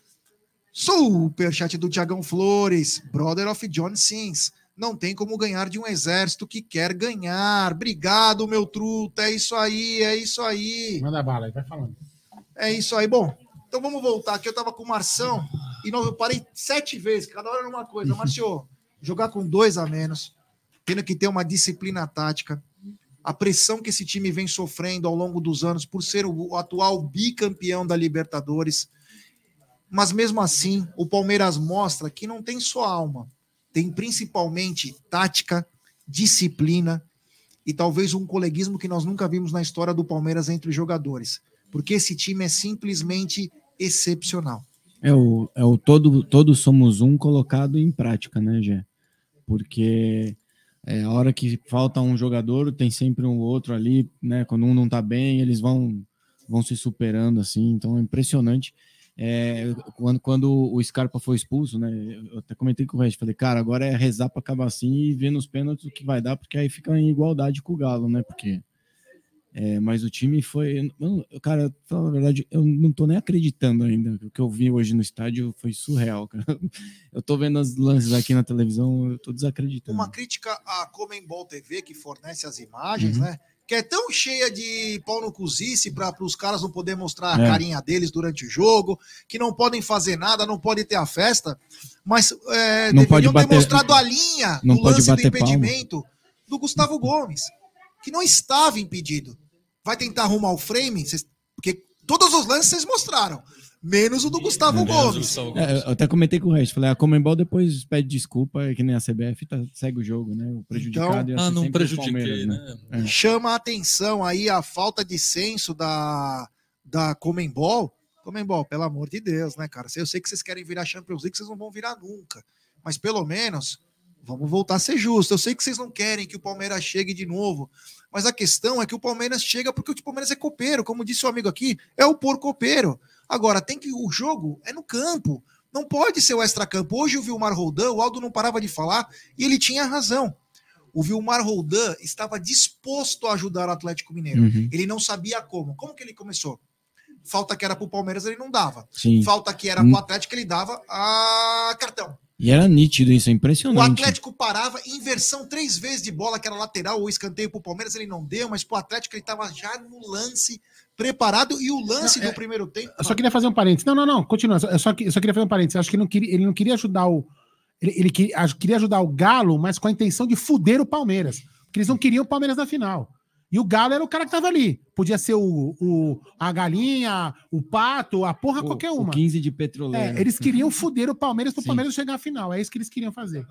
Superchat do Thiagão Flores. Brother of John Sims. Não tem como ganhar de um exército que quer ganhar. Obrigado, meu truta. É isso aí, é isso aí. Manda bala aí, vai falando. É isso aí. Bom, então vamos voltar. Aqui eu tava com o Marção e eu parei 7 vezes, cada hora numa coisa. Marcio, jogar com 2 a menos, tendo que ter uma disciplina tática, a pressão que esse time vem sofrendo ao longo dos anos por ser o atual bicampeão da Libertadores. Mas mesmo assim, o Palmeiras mostra que não tem só alma. Tem principalmente tática, disciplina e talvez um coleguismo que nós nunca vimos na história do Palmeiras entre os jogadores. Porque esse time é simplesmente excepcional. É o todos somos um colocado em prática, né, Gé? Porque a hora que falta um jogador, tem sempre um outro ali, né? Quando um não tá bem, eles vão se superando, assim. Então é impressionante. Quando o Scarpa foi expulso, né? Eu até comentei com o Regis, falei, cara, agora é rezar para acabar assim e ver nos pênaltis o que vai dar, porque aí fica em igualdade com o Galo, né? Porque mas o time foi, cara, na verdade, eu não tô nem acreditando ainda. O que eu vi hoje no estádio foi surreal, cara. Eu tô vendo os lances aqui na televisão, eu tô desacreditando. Uma crítica à Comembol TV, que fornece as imagens, né? Que é tão cheia de pau no cozice para os caras não poderem mostrar a carinha deles durante o jogo, que não podem fazer nada, não podem ter a festa, mas deveriam ter mostrado a linha do lance do impedimento do Gustavo Gomes, que não estava impedido. Vai tentar arrumar o frame, porque Todos os lances vocês mostraram, menos o do Gustavo Gomes. Eu até comentei com o resto, falei, a Conmebol depois pede desculpa, que nem a CBF, segue o jogo, né? O prejudicado Então, ia ser não sempre o prejudiquei, Palmeiras, né? Chama a atenção aí a falta de senso da Conmebol. Conmebol, pelo amor de Deus, né, cara? Eu sei que vocês querem virar Champions League, vocês não vão virar nunca. Mas pelo menos, vamos voltar a ser justo. Eu sei que vocês não querem que o Palmeiras chegue de novo. Mas a questão é que o Palmeiras chega porque o Palmeiras é copeiro. Como disse o amigo aqui, é o porcopeiro. Agora, o jogo é no campo. Não pode ser o extracampo. Hoje o Vilmar Roldan, o Aldo não parava de falar, e ele tinha razão. O Vilmar Roldan estava disposto a ajudar o Atlético Mineiro. Uhum. Ele não sabia como. Como que ele começou? Falta que era pro Palmeiras, ele não dava. Sim. Falta que era pro Atlético, ele dava a cartão. E era nítido isso, é O impressionante. Atlético parava, inversão 3 vezes de bola, que era lateral ou escanteio pro Palmeiras, ele não deu, mas pro Atlético ele tava já no lance preparado, e o lance do primeiro tempo... Eu só queria fazer um parênteses. Não, continua. Eu só queria fazer um parênteses. Eu acho que ele não queria ajudar ele queria ajudar o Galo, mas com a intenção de fuder o Palmeiras. Porque eles não queriam o Palmeiras na final. E o Galo era o cara que tava ali. Podia ser a galinha, o pato, a porra, qualquer uma. O 15 de petroleiro. Eles queriam fuder o Palmeiras pro Palmeiras chegar à final. É isso que eles queriam fazer.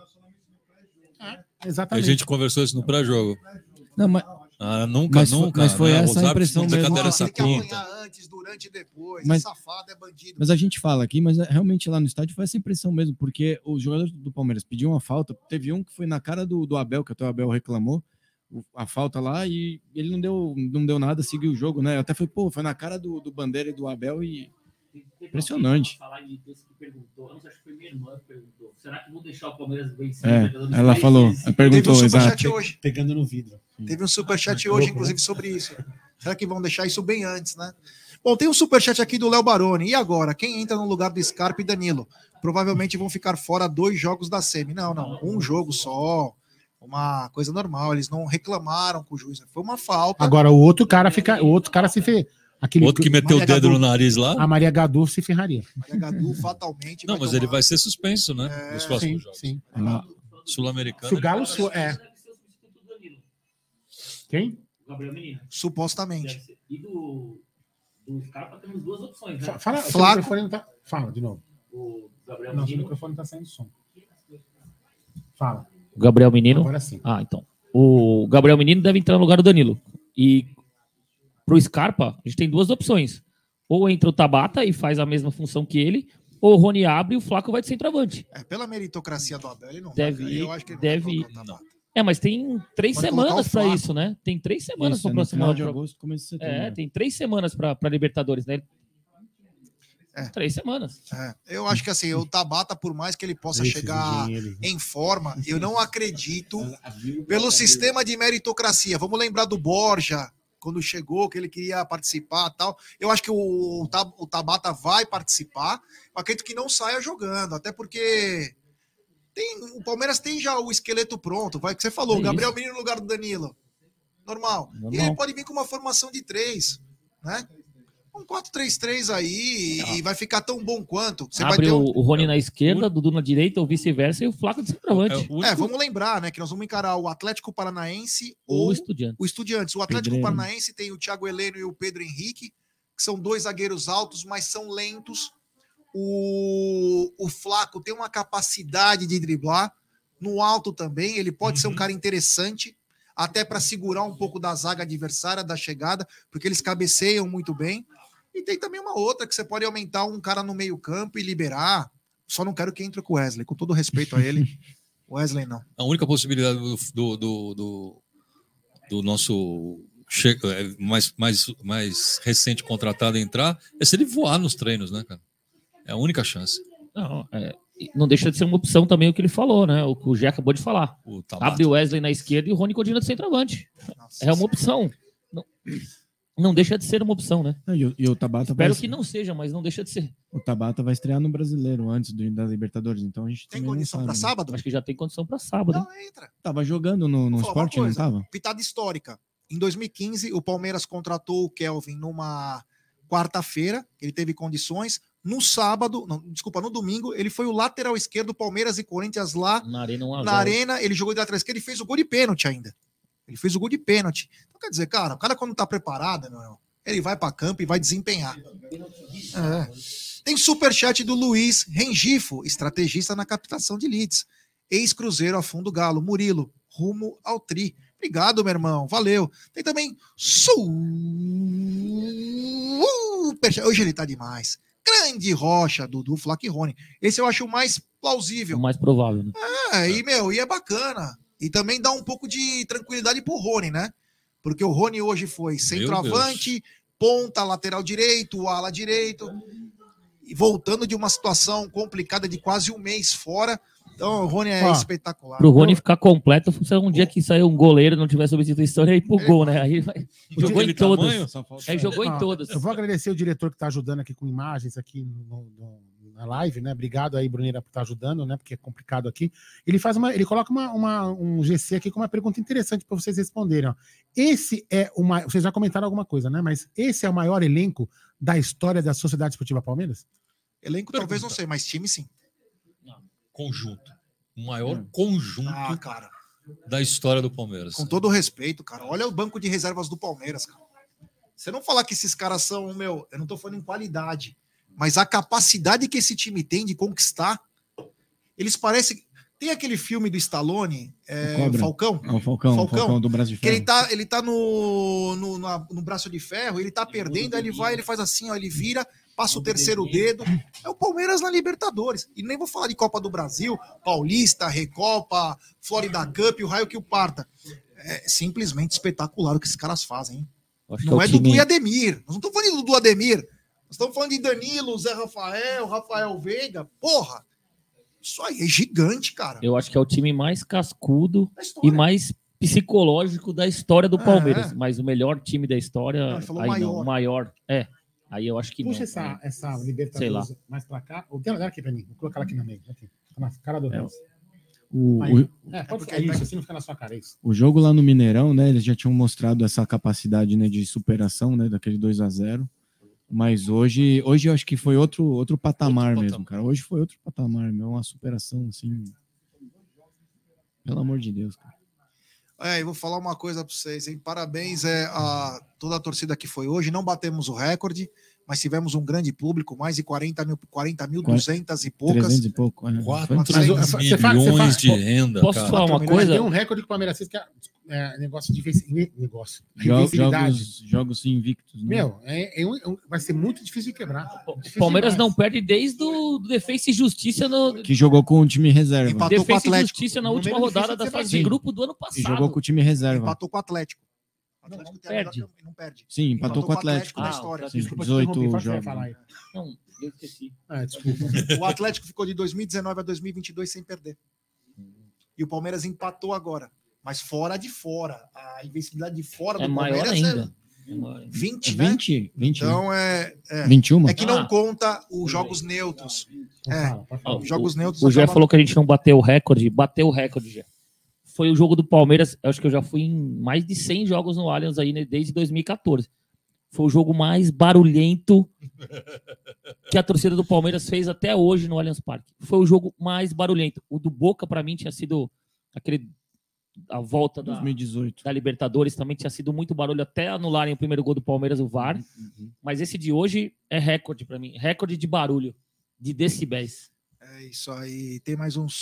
Exatamente. A gente conversou isso no pré-jogo. Não, mas... nunca. Mas foi né? essa a impressão mesmo. Tem que apanhar antes, durante e depois. Mas- É safado, é bandido. Mas a gente fala aqui, mas realmente lá no estádio foi essa impressão mesmo, porque os jogadores do Palmeiras pediam uma falta, teve um que foi na cara do Abel, que até o Abel reclamou, a falta lá, e ele não deu nada, seguiu o jogo, né? Eu até falei, foi na cara do Bandeira e do Abel, e impressionante. Falar desse que perguntou, não sei, acho que foi minha irmã que perguntou. Será que vou deixar o Palmeiras vencer? Ela falou, perguntou, Teve um exato. superchat hoje. Pegando no vidro. Teve um superchat hoje, inclusive, sobre isso. Será que vão deixar isso bem antes, né? Bom, tem um superchat aqui do Léo Baroni. E agora? Quem entra no lugar do Scarpa e Danilo? Provavelmente vão ficar fora 2 jogos da semi. Não. Um jogo só. Uma coisa normal. Eles não reclamaram com o juiz. Foi uma falta. Agora, o outro cara se fez. Outro que meteu o dedo no nariz lá? A Maria Gadu se ferraria. Maria Gadu fatalmente. Não, mas ele vai ser suspenso, né? Nos próximos jogos. Sim. Sul-Americano. Se o Galo... Quem? Gabriel Menino. Supostamente. E do Scarpa temos 2 opções, né? Fala, Flaco. o microfone não tá... Fala de novo. O Gabriel Não, o Menino. microfone tá saindo som. Fala. O Gabriel Menino. Agora sim. Então. O Gabriel Menino deve entrar no lugar do Danilo. E pro Scarpa, a gente tem 2 opções. Ou entra o Tabata e faz a mesma função que ele, ou o Rony abre e o Flaco vai de centroavante. Pela meritocracia do Abel, ele não Deve vai. ir, Eu acho que ele deve vai colocar o Tabata. mas tem 3 Pode semanas colocar o para Flaco. isso, né? Tem 3 semanas Isso, para no próxima. final de agosto, começo de setembro. Tem 3 semanas para Libertadores, né? 3 semanas. Eu acho que assim, o Tabata, por mais que ele possa chegar em forma, eu não acredito pelo sistema de meritocracia. Vamos lembrar do Borja, quando chegou, que ele queria participar e tal. Eu acho que o Tabata vai participar, mas acredito que não saia jogando, até porque o Palmeiras tem já o esqueleto pronto, vai que você falou, É Gabriel isso. Menino no lugar do Danilo. Normal. E Normal. ele pode vir com uma formação de 3, né? Um 4-3-3 aí e vai ficar tão bom quanto. Você vai Abre ter o Rony na esquerda, Dudu na direita, ou vice-versa, e o Flaco de centroavante. vamos lembrar, né, que nós vamos encarar o Atlético Paranaense Ou ou o Estudiantes. o Estudiantes. O Atlético Pedreiro. Paranaense tem o Thiago Heleno e o Pedro Henrique, que são 2 zagueiros altos, mas são lentos. O Flaco tem uma capacidade de driblar. No alto também, ele pode ser um cara interessante, até para segurar um pouco da zaga adversária, da chegada, porque eles cabeceiam muito bem. E tem também uma outra que você pode aumentar um cara no meio-campo e liberar. Só não quero que entre com o Wesley, com todo respeito a ele. Wesley não. A única possibilidade do nosso mais recente contratado entrar é se ele voar nos treinos, né, cara? É a única chance. Não deixa de ser uma opção também o que ele falou, né? O que o Gé acabou de falar. Tabata. Abre o Wesley na esquerda e o Rony continua de centroavante. É uma opção. Não deixa de ser uma opção, né? E o Tabata Espero que não seja, mas não deixa de ser. O Tabata vai estrear no Brasileiro antes da Libertadores, então a gente tem também condição não para sabe, né? sábado? Acho que já tem condição para sábado. Não, entra. Tava jogando no Vou falar esporte, uma não coisa, tava? Pitada histórica. Em 2015, o Palmeiras contratou o Kelvin numa quarta-feira, ele teve condições. No sábado, no domingo, ele foi o lateral esquerdo do Palmeiras e Corinthians lá Na Arena 1 a 0. na Arena. Ele jogou de lateral esquerdo e fez o gol de pênalti ainda. Ele fez o gol de pênalti. Então, quer dizer, cara, o cara quando tá preparado, ele vai para campo e vai desempenhar. Tem superchat do Luiz Rengifo, estrategista na captação de leads. Ex-Cruzeiro a fundo Galo. Murilo, rumo ao tri. Obrigado, meu irmão. Valeu. Tem também superchat. Hoje ele tá demais. Grande Rocha, Dudu, Flaco e Rony. Esse eu acho o mais plausível. O mais provável, né? E é bacana. E também dá um pouco de tranquilidade pro Rony, né? Porque o Rony hoje foi centroavante, ponta, lateral direito, ala direito, e voltando de uma situação complicada de quase um mês fora. Então o Rony é espetacular. Pro Rony ficar completo, se um dia que saiu um goleiro, não tiver substituição, ele ia ir pro gol, né? Aí vai... Jogou em todas. Jogou em todas. Eu vou agradecer o diretor que tá ajudando aqui com imagens aqui na live, né? Obrigado aí, Bruneira, por estar ajudando, né? Porque é complicado aqui. Ele coloca um GC aqui com uma pergunta interessante para vocês responderem. Ó. Esse é vocês já comentaram alguma coisa, né? Mas esse é o maior elenco da história da Sociedade Esportiva Palmeiras? Elenco talvez não sei, mas time sim. Conjunto. O maior conjunto cara, da história do Palmeiras. Com todo respeito, cara. Olha o banco de reservas do Palmeiras, cara. Você não falar que esses caras são, eu não tô falando em qualidade, mas a capacidade que esse time tem de conquistar, eles parecem... Tem aquele filme do Stallone, Falcão? O Falcão do Braço de Ferro. Que ele tá no Braço de Ferro, ele tá perdendo, aí ele faz assim, ó, ele vira, passa o terceiro dedo. É o Palmeiras na Libertadores. E nem vou falar de Copa do Brasil, Paulista, Recopa, Florida Cup, o raio que o parta. É simplesmente espetacular o que esses caras fazem, hein? Não é Dudu e Ademir. Nós não estamos falando de Dudu e Ademir. Nós estamos falando de Danilo, Zé Rafael, Rafael Veiga. Porra! Isso aí é gigante, cara. Eu acho que é o time mais cascudo e mais psicológico da história do Palmeiras. Mas o melhor time da história... o maior. Aí eu acho que puxa essa Libertadores mais pra cá. Tem lugar aqui pra mim. Vou colocar ela aqui na meia. Aqui. Na cara do Reis. Pode ficar isso, assim não fica na sua cara. É isso. O jogo lá no Mineirão, né? Eles já tinham mostrado essa capacidade, né, de superação, né? Daquele 2-0. Mas hoje eu acho que foi outro patamar mesmo, cara. Hoje foi outro patamar, uma superação, assim... Pelo amor de Deus, cara. Eu vou falar uma coisa para vocês, hein? Parabéns a toda a torcida que foi hoje. Não batemos o recorde, mas tivemos um grande público, mais de 40.200 e poucas. 300 e pouco. 400 milhões de renda, Posso falar uma coisa? Tem um recorde que o Palmeiras fez que é negócio de invencibilidade. Jogos invictos. Né? Vai ser muito difícil de quebrar. O Palmeiras não perde desde o Defensa e Justiça que jogou com o time reserva. Empatou Defensa com o Atlético. E Justiça na última rodada da fase de grupo do ano passado. E jogou com o time reserva. Empatou com o Atlético. Não perde. Não perde. Sim, empatou com o Atlético. Na história. Sim, 18 jogos. Não, eu esqueci. Desculpa. O Atlético ficou de 2019 a 2022 sem perder. E o Palmeiras empatou agora. Mas fora de fora. A invencibilidade de fora do Palmeiras ainda. 20, né? 20. Então 21. É que não conta os jogos neutros. Os jogos neutros. O Gé falou que a gente não bateu o recorde. Bateu o recorde, Gé. Foi o jogo do Palmeiras, acho que eu já fui em mais de 100 jogos no Allianz aí, né, desde 2014. Foi o jogo mais barulhento que a torcida do Palmeiras fez até hoje no Allianz Parque. Foi o jogo mais barulhento. O do Boca, para mim, tinha sido a volta 2018. Da Libertadores, também tinha sido muito barulho, até anularem o primeiro gol do Palmeiras, o VAR. Mas esse de hoje é recorde para mim. Recorde de barulho, de decibéis. É isso aí. Tem mais um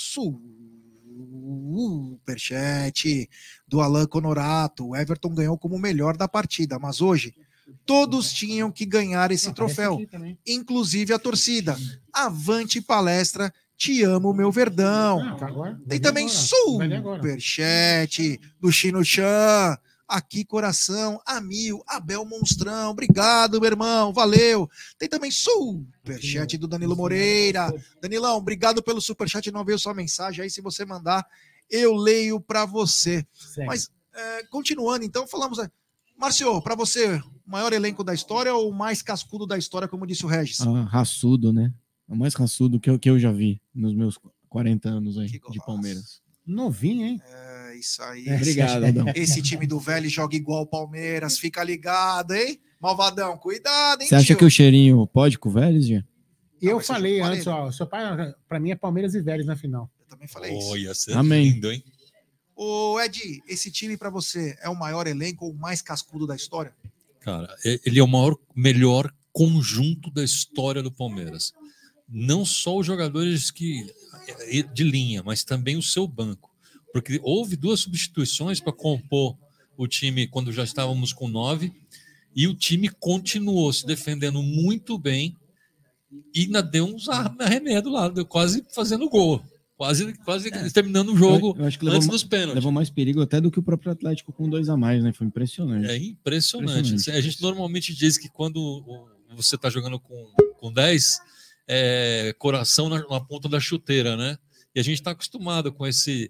superchat do Alan Conorato. O Everton ganhou como o melhor da partida, mas hoje todos tinham que ganhar esse troféu, inclusive a torcida. Avante palestra, te amo, meu Verdão. Tem também superchat do Chino Chan. Aqui, coração, a mil, Abel Monstrão, obrigado, meu irmão, valeu. Tem também superchat do Danilo Moreira. Danilão, obrigado pelo superchat, não veio sua mensagem, aí se você mandar, eu leio para você. Mas, continuando, então, falamos... Márcio, para você, o maior elenco da história ou o mais cascudo da história, como disse o Regis? Raçudo, né? O mais raçudo que eu já vi nos meus 40 anos aí de Palmeiras. Novinho, hein? Isso aí. Obrigado, esse time do velho joga igual o Palmeiras, fica ligado, hein? Malvadão, cuidado, hein, Você acha que o cheirinho pode com o Vélez, Gê? Eu falei antes, ó, seu pai, pra mim, é Palmeiras e Vélez na final. Eu também falei isso. Ia ser Amém. lindo, hein? Ô, Ed, esse time pra você é o maior elenco ou o mais cascudo da história? Cara, ele é o melhor conjunto da história do Palmeiras. Não só os jogadores de linha, mas também o seu banco. Porque houve 2 substituições para compor o time quando já estávamos com 9, e o time continuou se defendendo muito bem e ainda deu uns arremedos lá, quase fazendo gol. Quase terminando o jogo eu acho que antes dos pênaltis. Levou mais perigo até do que o próprio Atlético com 2 a mais, né? Foi impressionante. É impressionante. A gente normalmente diz que quando você está jogando com 10, coração na ponta da chuteira, né? E a gente está acostumado com esse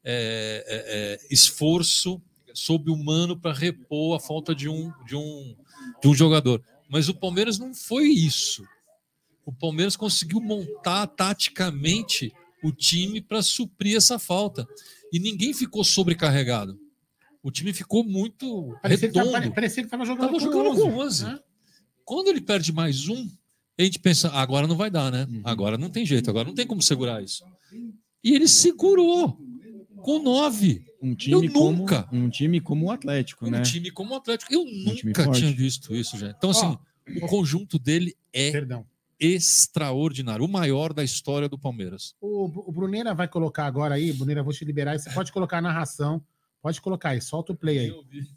esforço sobre-humano para repor a falta de um jogador. Mas o Palmeiras não foi isso. O Palmeiras conseguiu montar taticamente o time para suprir essa falta. E ninguém ficou sobrecarregado. O time ficou muito redondo. Parecia que estava jogando, com 11. Né? Quando ele perde mais um, a gente pensa, agora não vai dar, né? Agora não tem jeito, agora não tem como segurar isso. E ele segurou com 9. Um time como o Atlético, né? Um time como o Atlético. Eu nunca tinha visto isso, gente. Então, assim, o conjunto dele é extraordinário, o maior da história do Palmeiras. O Bruneira vai colocar agora aí, Bruneira, vou te liberar. Você pode colocar a narração, pode colocar aí, solta o play aí.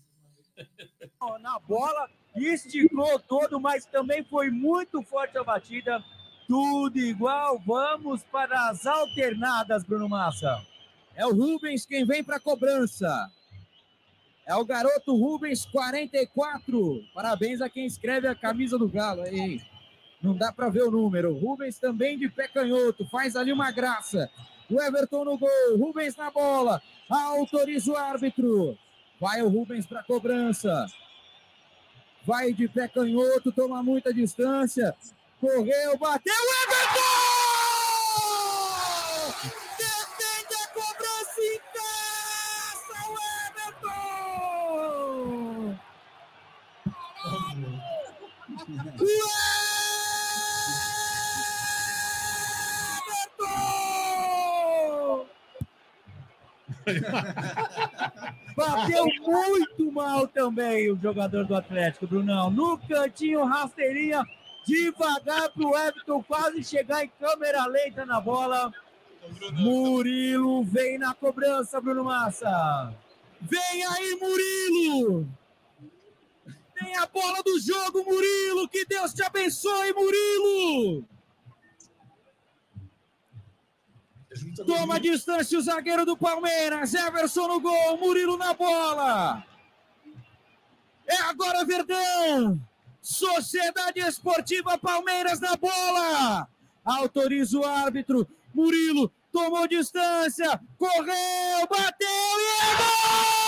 Na bola, esticou todo, mas também foi muito forte a batida. Tudo igual, vamos para as alternadas, Bruno Massa. É o Rubens quem vem para a cobrança. É o garoto Rubens, 44. Parabéns a quem escreve a camisa do Galo. Aí, não dá para ver o número. Rubens também de pé canhoto, faz ali uma graça. O Everton no gol, Rubens na bola. Autoriza o árbitro. Vai o Rubens para a cobrança. Vai de pé canhoto, toma muita distância. Correu, bateu, Everton! Defende a cobrança em casa, o Everton! Bateu muito mal também o jogador do Atlético, Brunão. No cantinho, rasteirinha, devagar para o Everton quase chegar em câmera lenta na bola. Murilo vem na cobrança, Bruno Massa. Vem aí, Murilo! Tem a bola do jogo, Murilo! Que Deus te abençoe, Murilo! Toma distância o zagueiro do Palmeiras. Everson no gol, Murilo na bola. É agora Verdão. Sociedade Esportiva Palmeiras na bola. Autoriza o árbitro. Murilo tomou distância. Correu, bateu e é gol!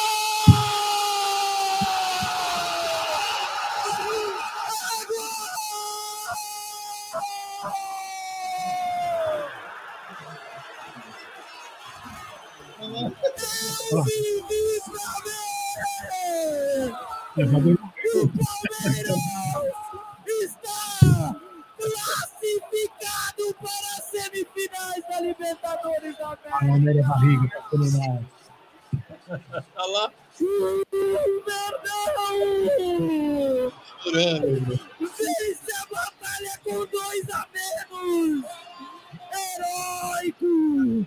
Eu vivi pra ver! O Palmeiras está classificado para as semifinais da Libertadores da América. Olha lá. Verdão! Vence a batalha com 2 a menos! Heróico!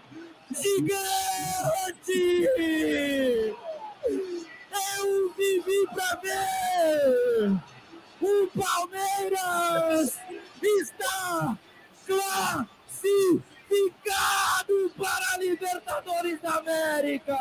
Gigante! Eu vivi pra ver! O Palmeiras está classificado para a Libertadores da América!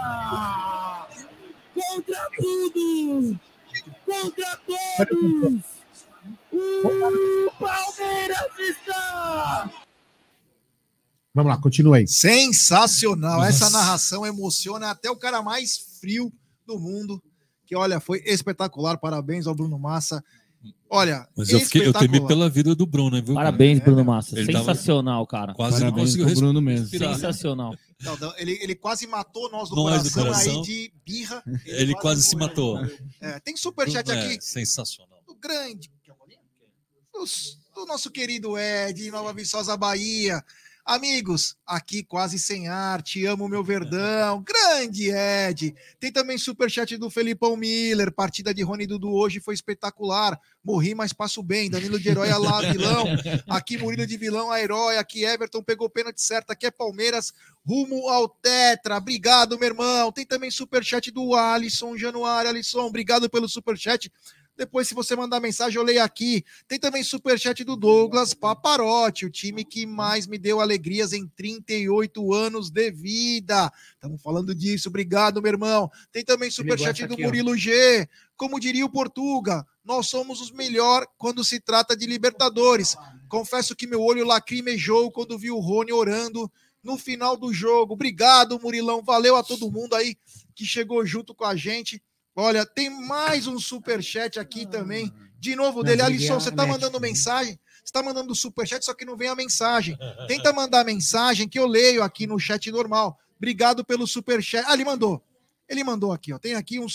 Contra tudo! Contra todos! O Palmeiras está... Vamos lá, continua aí. Sensacional. Nossa. Essa narração emociona até o cara mais frio do mundo. Que, olha, foi espetacular. Parabéns ao Bruno Massa. Olha, mas eu temi pela vida do Bruno, viu? Parabéns, Bruno Massa. Ele sensacional, cara. Quase não conseguiu Bruno mesmo. Sensacional. Não, ele quase matou nós do coração aí de birra. Ele quase se matou. Tem superchat aqui. Sensacional. Do grande. Do nosso querido Ed, Nova Viçosa, Bahia. Amigos, aqui quase sem ar, te amo, meu Verdão. Grande Ed. Tem também superchat do Felipão Miller. Partida de Rony e Dudu hoje foi espetacular. Morri, mas passo bem. Danilo de herói a lá, vilão. Aqui Murilo de vilão a herói. Aqui Everton pegou pênalti certo. Aqui é Palmeiras rumo ao tetra. Obrigado, meu irmão. Tem também superchat do Alisson Januário. Alisson, obrigado pelo superchat. Depois, se você mandar mensagem, eu leio aqui. Tem também superchat do Douglas Paparotti, o time que mais me deu alegrias em 38 anos de vida. Estamos falando disso. Obrigado, meu irmão. Tem também superchat do Murilo G. Como diria o Portuga, nós somos os melhores quando se trata de Libertadores. Confesso que meu olho lacrimejou quando vi o Rony orando no final do jogo. Obrigado, Murilão. Valeu a todo mundo aí que chegou junto com a gente. Olha, tem mais um superchat aqui também, de novo dele. Alisson, você tá mandando mensagem? Você tá mandando superchat, só que não vem a mensagem. Tenta mandar a mensagem que eu leio aqui no chat normal. Obrigado pelo superchat. Ah, ele mandou. Ele mandou aqui, ó. Tem aqui um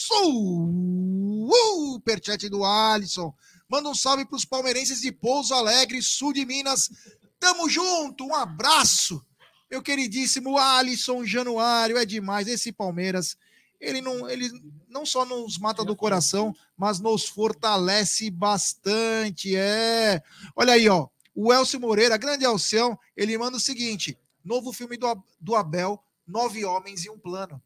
superchat do Alisson. Manda um salve pros palmeirenses de Pouso Alegre, sul de Minas. Tamo junto, um abraço. Meu queridíssimo Alisson Januário, é demais. Esse Palmeiras... Ele não só nos mata do coração, mas nos fortalece bastante. Olha aí, ó. O Elcio Moreira, grande Elcião, ele manda o seguinte: novo filme do Abel, 9 homens e um plano.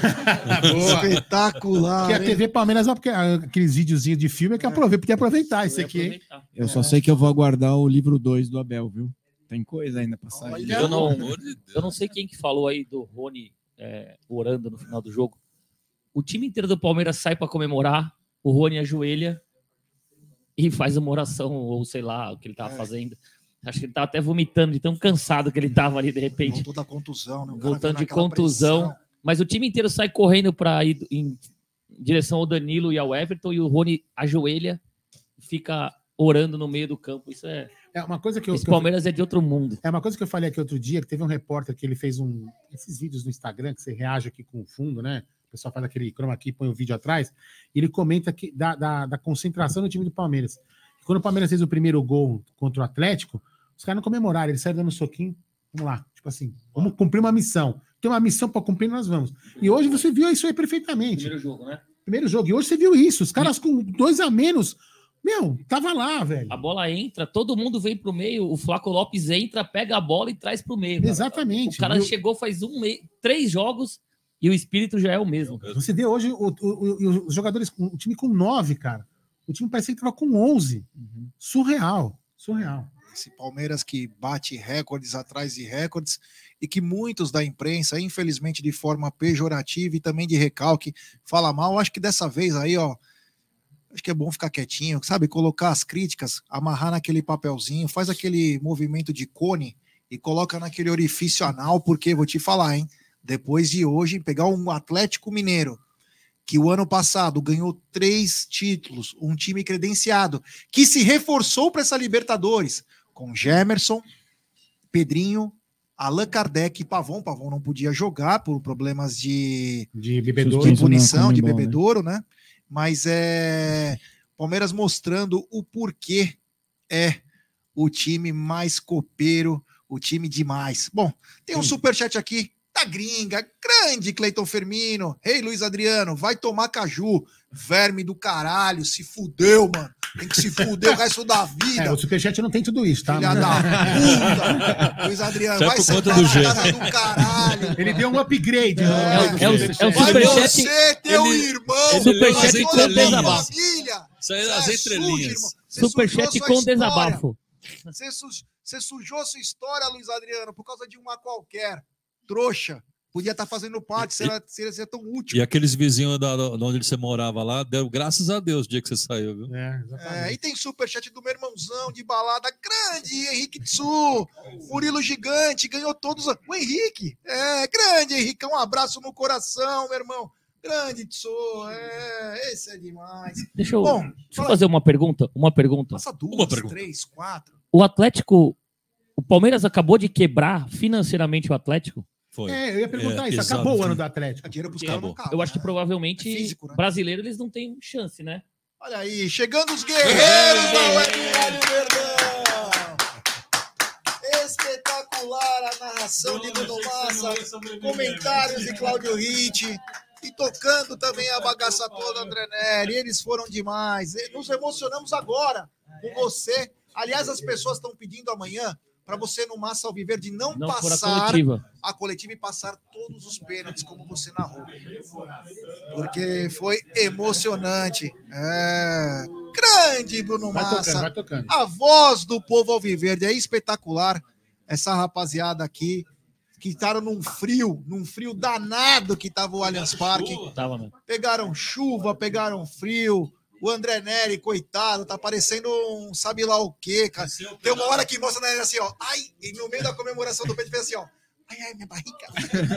Espetacular. Que a TV Palmeiras, porque aqueles videozinhos de filme é que podia aproveitar isso aqui. Eu só sei que eu vou aguardar o livro 2 do Abel, viu? Tem coisa ainda pra sair. Eu não sei quem que falou aí do Rony orando no final do jogo. O time inteiro do Palmeiras sai para comemorar, o Rony ajoelha e faz uma oração, ou sei lá, o que ele tava fazendo. Acho que ele tava até vomitando, de tão cansado que ele tava ali, de repente. Voltou da contusão, né? Voltando de contusão. Pressão. Mas o time inteiro sai correndo para ir em direção ao Danilo e ao Everton, e o Rony ajoelha e fica orando no meio do campo. Isso é uma coisa que esse Palmeiras é de outro mundo. É uma coisa que eu falei aqui outro dia, que teve um repórter que ele fez esses vídeos no Instagram, que você reage aqui com o fundo, né? O pessoal faz aquele chroma key, põe o vídeo atrás, e ele comenta que da concentração no time do Palmeiras. Quando o Palmeiras fez o primeiro gol contra o Atlético, os caras não comemoraram, eles saíram dando um soquinho, vamos lá, tipo assim, vamos cumprir uma missão. Tem uma missão para cumprir, nós vamos. E hoje você viu isso aí perfeitamente. Primeiro jogo, né? Primeiro jogo. E hoje você viu isso, os caras com 2 a menos, tava lá, velho. A bola entra, todo mundo vem pro meio, o Flaco Lopes entra, pega a bola e traz pro meio. Exatamente. O cara chegou faz 3 jogos e o espírito já é o mesmo. Você vê hoje os jogadores, o time com 9, cara. O time parecia que tava com 11. Surreal. Esse Palmeiras que bate recordes atrás de recordes e que muitos da imprensa, infelizmente de forma pejorativa e também de recalque, fala mal. Acho que dessa vez aí, ó, acho que é bom ficar quietinho, sabe? Colocar as críticas, amarrar naquele papelzinho, faz aquele movimento de cone e coloca naquele orifício anal, porque vou te falar, hein? Depois de hoje, pegar um Atlético Mineiro, que o ano passado ganhou 3 títulos, um time credenciado, que se reforçou para essa Libertadores, com Gemerson, Pedrinho, Allan Kardec e Pavon. Pavon não podia jogar por problemas de bebedouro, de punição, de bebedouro, né? Mas Palmeiras mostrando o porquê é o time mais copeiro, o time demais. Bom, tem um superchat aqui da gringa, grande Cleiton Firmino. Ei, Luiz Adriano, vai tomar caju, verme do caralho, se fudeu, mano. Tem que se fuder o resto da vida. O superchat não tem tudo isso, tá? Filha da puta. Luiz Adriano, vai sentar na casa do caralho. Ele deu um upgrade. É o superchat. Você, teu irmão, superchat com desabafo. Isso aí é as entrelinhas. Superchat com desabafo. Você sujou sua história, Luiz Adriano, por causa de uma qualquer. Trouxa, podia estar fazendo parte, seria ser tão útil. E aqueles vizinhos de onde você morava lá, deu graças a Deus o dia que você saiu, viu? E tem superchat do meu irmãozão de balada, grande Henrique Tsu, Murilo Gigante, ganhou todos. O Henrique, grande Henrique, um abraço no coração, meu irmão. Grande Tsu, esse é demais. Deixa eu fazer uma pergunta. Passa 2, 3, 4. O Atlético, o Palmeiras acabou de quebrar financeiramente o Atlético? Foi. Eu ia perguntar isso. Acabou o ano do Atlético. Eu acho que provavelmente físico, né? Brasileiro eles não têm chance, né? Olha aí, chegando os guerreiros da Web Rádio Verdão. Espetacular narração de Bruno Massa, comentários de Cláudio Ritt e tocando também a bagaça toda, André Neri. Eles foram demais. Nos emocionamos agora com você. Aliás, as pessoas estão pedindo amanhã para você no Massa Alviverde não passar a coletiva e passar todos os pênaltis como você narrou. Porque foi emocionante. Grande Bruno Massa. Vai tocando. A voz do povo alviverde é espetacular. Essa rapaziada aqui que estaram num frio danado que tava o Allianz Parque. Pegaram chuva, pegaram frio. O André Neri, coitado, tá parecendo um sabe lá o quê, cara. Tem uma hora que mostra o Neri assim, ó. Ai, e no meio da comemoração do peito fez assim, ó. Ai, minha barriga.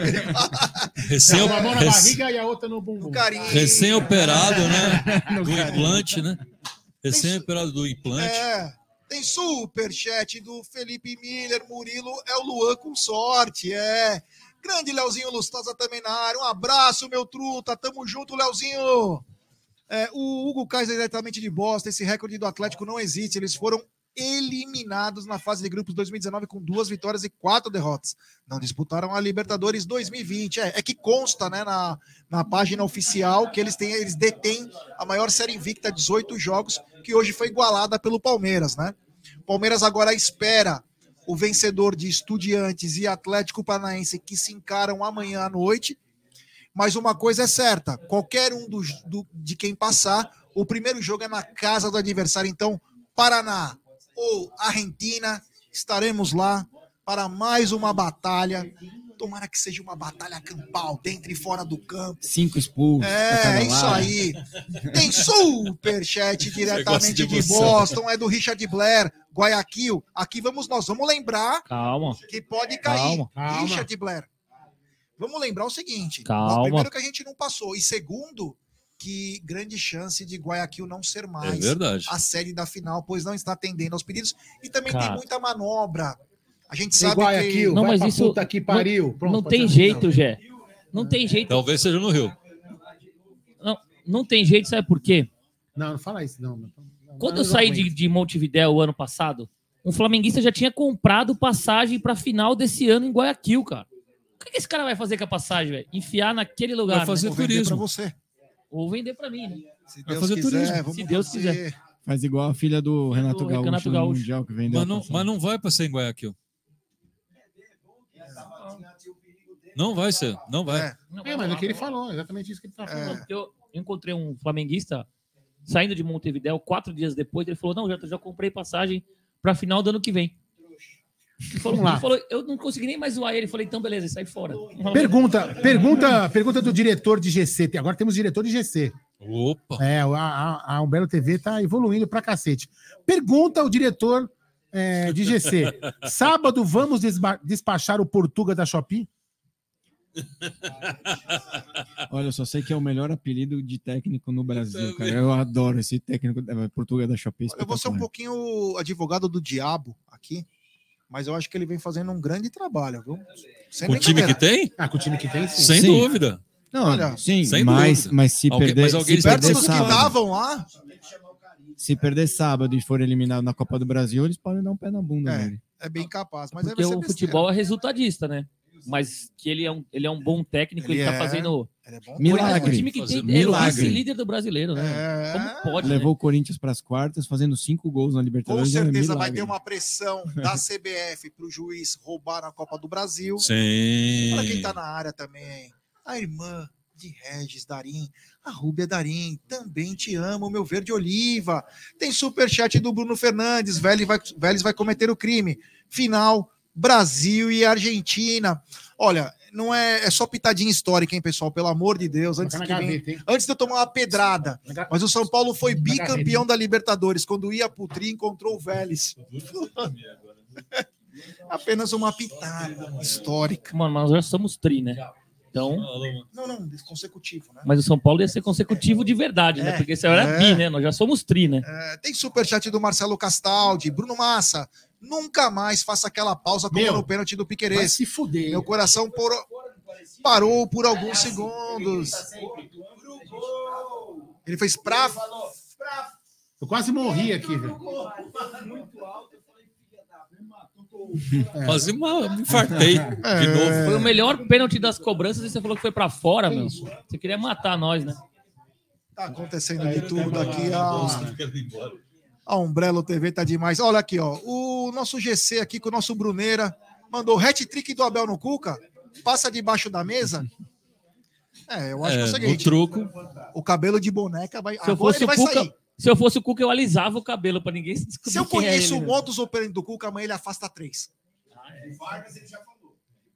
Uma mão na barriga e a outra no bumbum. Recém-operado, né? Do implante, né? Recém-operado do implante. Tem superchat do Felipe Miller, Murilo, é o Luan com sorte, Grande Leozinho Lustosa também na área. Um abraço, meu truta. Tamo junto, Leozinho. O Hugo Kaiser diretamente de Boston. Esse recorde do Atlético não existe. Eles foram eliminados na fase de grupos 2019 com 2 vitórias e 4 derrotas. Não disputaram a Libertadores 2020. É que consta, né, na página oficial que eles detêm a maior série invicta, 18 jogos, que hoje foi igualada pelo Palmeiras, né? O Palmeiras agora espera o vencedor de Estudiantes e Atlético Paranaense, que se encaram amanhã à noite. Mas uma coisa é certa, qualquer um de quem passar, o primeiro jogo é na casa do adversário. Então, Paraná ou Argentina, estaremos lá para mais uma batalha. Tomara que seja uma batalha campal, dentro e fora do campo. 5 expulsos. Isso aí. Tem superchat diretamente de Boston, é do Richard Blair, Guayaquil. Aqui nós vamos lembrar que pode cair. Calma. Richard Blair. Vamos lembrar o seguinte. Calma. Primeiro que a gente não passou. E segundo, que grande chance de Guayaquil não ser mais a sede da final, pois não está atendendo aos pedidos. E também tem muita manobra. A gente sabe Guayaquil, que... Não, mas isso que pariu. Pronto, não tem jeito, Gé. Não tem jeito. Talvez seja no Rio. Não tem jeito, sabe por quê? Não fala isso, não. Quando eu saí de Montevidéu o ano passado, um flamenguista já tinha comprado passagem para a final desse ano em Guayaquil, cara. O que esse cara vai fazer com a passagem, velho? Enfiar naquele lugar. Vai fazer turismo. Pra você. Ou vender para mim, né? Se Deus fazer quiser, turismo. Se Deus quiser. Faz igual a filha do Renato Gaúcho no Mundial que vendeu. Mas não vai para ser em Guayaquil. Não vai ser, não vai. Mas é o que ele falou, exatamente isso que ele tá falando. Eu encontrei um flamenguista saindo de Montevidéu 4 dias depois, ele falou, não, já comprei passagem para a final do ano que vem. Ele falou, eu não consegui nem mais zoar ele. Falei, então beleza, sai fora. Pergunta do diretor de GC. Agora temos diretor de GC. Opa! A Umbelo TV tá evoluindo pra cacete. Pergunta ao diretor de GC. Sábado vamos despachar o Portuga da Shopee? Olha, eu só sei que é o melhor apelido de técnico no Brasil, cara. Eu adoro esse técnico Portuga da Shopee. Eu vou ser um pouquinho advogado do diabo aqui, mas eu acho que ele vem fazendo um grande trabalho, viu? Com o time que tem? Com o time que tem, sim. Sem dúvida. Não, olha, sim, mas se perder sábado, lá, se perder sábado e for eliminado na Copa do Brasil, eles podem dar um pé na bunda nele. É bem capaz, mas porque o futebol é resultadista, né? Mas que ele é um bom técnico, ele tá fazendo milagre. O time que tem milagre. É o líder do brasileiro, né? Como pode? Levou o Corinthians para as quartas, fazendo 5 gols na Libertadores. Com certeza vai ter uma pressão da CBF para o juiz roubar a Copa do Brasil. Sim. Olha quem tá na área também. A irmã de Regis Darim, a Rúbia Darim, também te amo, meu verde oliva. Tem superchat do Bruno Fernandes, Vélez vai cometer o crime. Final, Brasil e Argentina. Olha, não é só pitadinha histórica, hein, pessoal? Pelo amor de Deus. Antes de eu tomar uma pedrada. Mas o São Paulo foi bicampeão da Libertadores. Quando ia pro Tri, encontrou o Vélez. Apenas uma pitada histórica. Mano, mas nós já somos Tri, né? Então... Não, consecutivo, né? Mas o São Paulo ia ser consecutivo de verdade, né? Porque esse era bi, né? Nós já somos Tri, né? Tem superchat do Marcelo Castaldi. Bruno Massa, nunca mais faça aquela pausa como no pênalti do Piquerez. Vai se fuder. Meu coração parou por alguns segundos. Ele fez pra... Eu quase morri aqui, velho. Quase me infartei de novo. Foi o melhor pênalti das cobranças e você falou que foi pra fora, meu. Você queria matar nós, né? Tá acontecendo de tudo aqui. A Umbrello TV tá demais. Olha aqui, ó. O nosso GC aqui com o nosso Bruneira mandou hat-trick do Abel no Cuca. Passa debaixo da mesa. Eu acho que é o seguinte. O truco. O cabelo de boneca vai. Se eu Agora fosse ele vai o Cuca, sair. se eu fosse o Cuca, eu alisava o cabelo pra ninguém descobrir. Se eu quem é conheço ele, o né? modus operandi do Cuca, amanhã ele afasta 3. O Vargas ele já falou.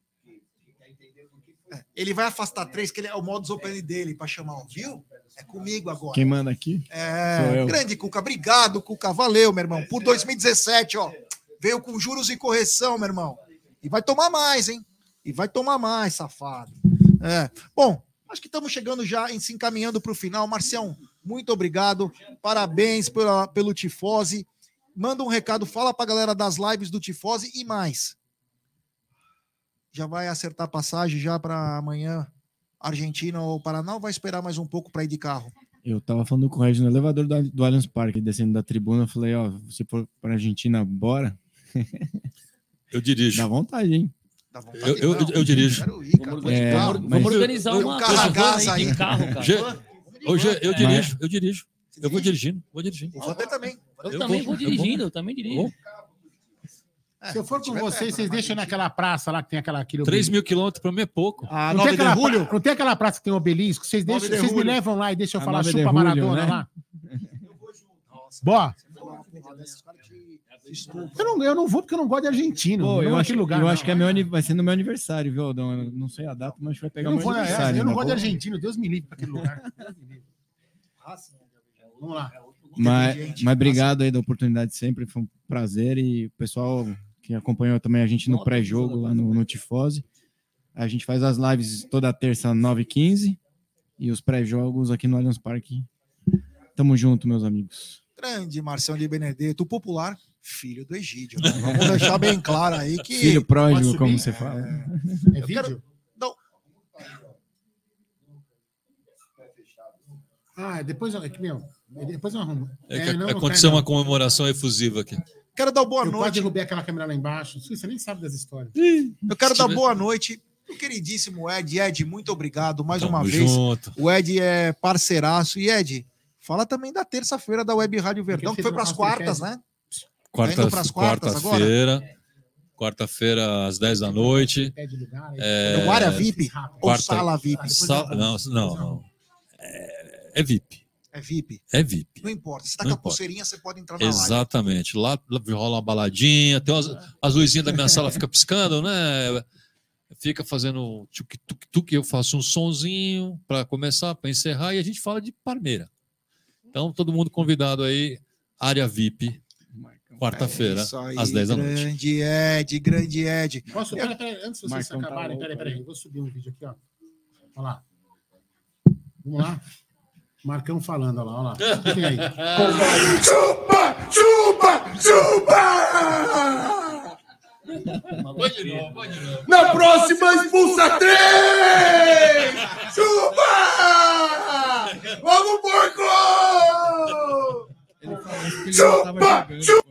Ele vai afastar 3, que ele é o modus operandi dele para chamar um, viu? É comigo agora. Quem manda aqui? Sou eu. Grande Cuca. Obrigado, Cuca. Valeu, meu irmão. Por 2017, ó. Veio com juros e correção, meu irmão. E vai tomar mais, hein? E vai tomar mais, safado. Bom, acho que estamos chegando já, se encaminhando para o final. Marcião, muito obrigado. Parabéns pelo Tifose. Manda um recado, fala para a galera das lives do Tifose e mais. Já vai acertar passagem já para amanhã, Argentina ou Paraná, ou vai esperar mais um pouco para ir de carro? Eu tava falando com o Regis no elevador do Allianz Parque, descendo da tribuna, eu falei, ó, se for pra Argentina, bora. Eu dirijo. Dá vontade, hein? Eu dirijo. Vamos organizar uma carro aí de carro, cara. Hoje eu dirijo. Eu vou dirigindo. O Vander também. Eu também vou dirigindo, eu também dirijo. Se eu for com vocês deixam naquela praça lá que tem aquele 3.000 quilômetros para mim é pouco. Não tem aquela praça que tem obelisco? Vocês me levam lá e deixam eu falar chupa Maradona, né? Lá? Boa. Eu não vou porque eu não gosto de argentino. Pô, eu acho que vai ser no meu aniversário, viu, Aldão? Eu não sei a data, mas vai pegar o meu aniversário. Eu não gosto de argentino. Deus me livre para aquele lugar. Vamos lá. Mas obrigado aí da oportunidade sempre. Foi um prazer. E o pessoal que acompanhou também a gente no pré-jogo lá no Tifose. A gente faz as lives toda terça, 9h15. E os pré-jogos aqui no Allianz Parque. Tamo junto, meus amigos. Grande Marcião de Benedetto, popular filho do Egídio. Né? Vamos deixar bem claro aí que... Filho pródigo, como você fala. É vídeo? Não. Depois eu arrumo. Aconteceu uma comemoração efusiva aqui. Quero dar boa noite. Eu quase derrubei aquela câmera lá embaixo. Você nem sabe das histórias. Eu quero dar boa noite pro queridíssimo Ed. Ed, muito obrigado mais uma vez. Junto. O Ed é parceiraço. E Ed, fala também da terça-feira da Web Rádio Verdão, que foi para as quartas, né? Quarta-feira às 10 da noite. No área VIP ou sala VIP? Não. É VIP. É VIP? É VIP. Não importa. Se tá com a pulseirinha, você pode entrar na Exatamente. Lá rola uma baladinha, tem as luzinhas da minha sala ficam piscando, né? Fica fazendo tuk-tuk-tuk, eu faço um sonzinho para começar, para encerrar, e a gente fala de Parmeira. Então, todo mundo convidado aí, área VIP, quarta-feira, às 10 da noite. Grande Ed. Posso? Peraí, antes de vocês acabarem, peraí. Eu vou subir um vídeo aqui, ó. Olha lá. Vamos lá. Marcão falando, olha lá. O que tem aí? Chupa! Na próxima expulsa 3! Chupa! Vamos, porco! Chupa!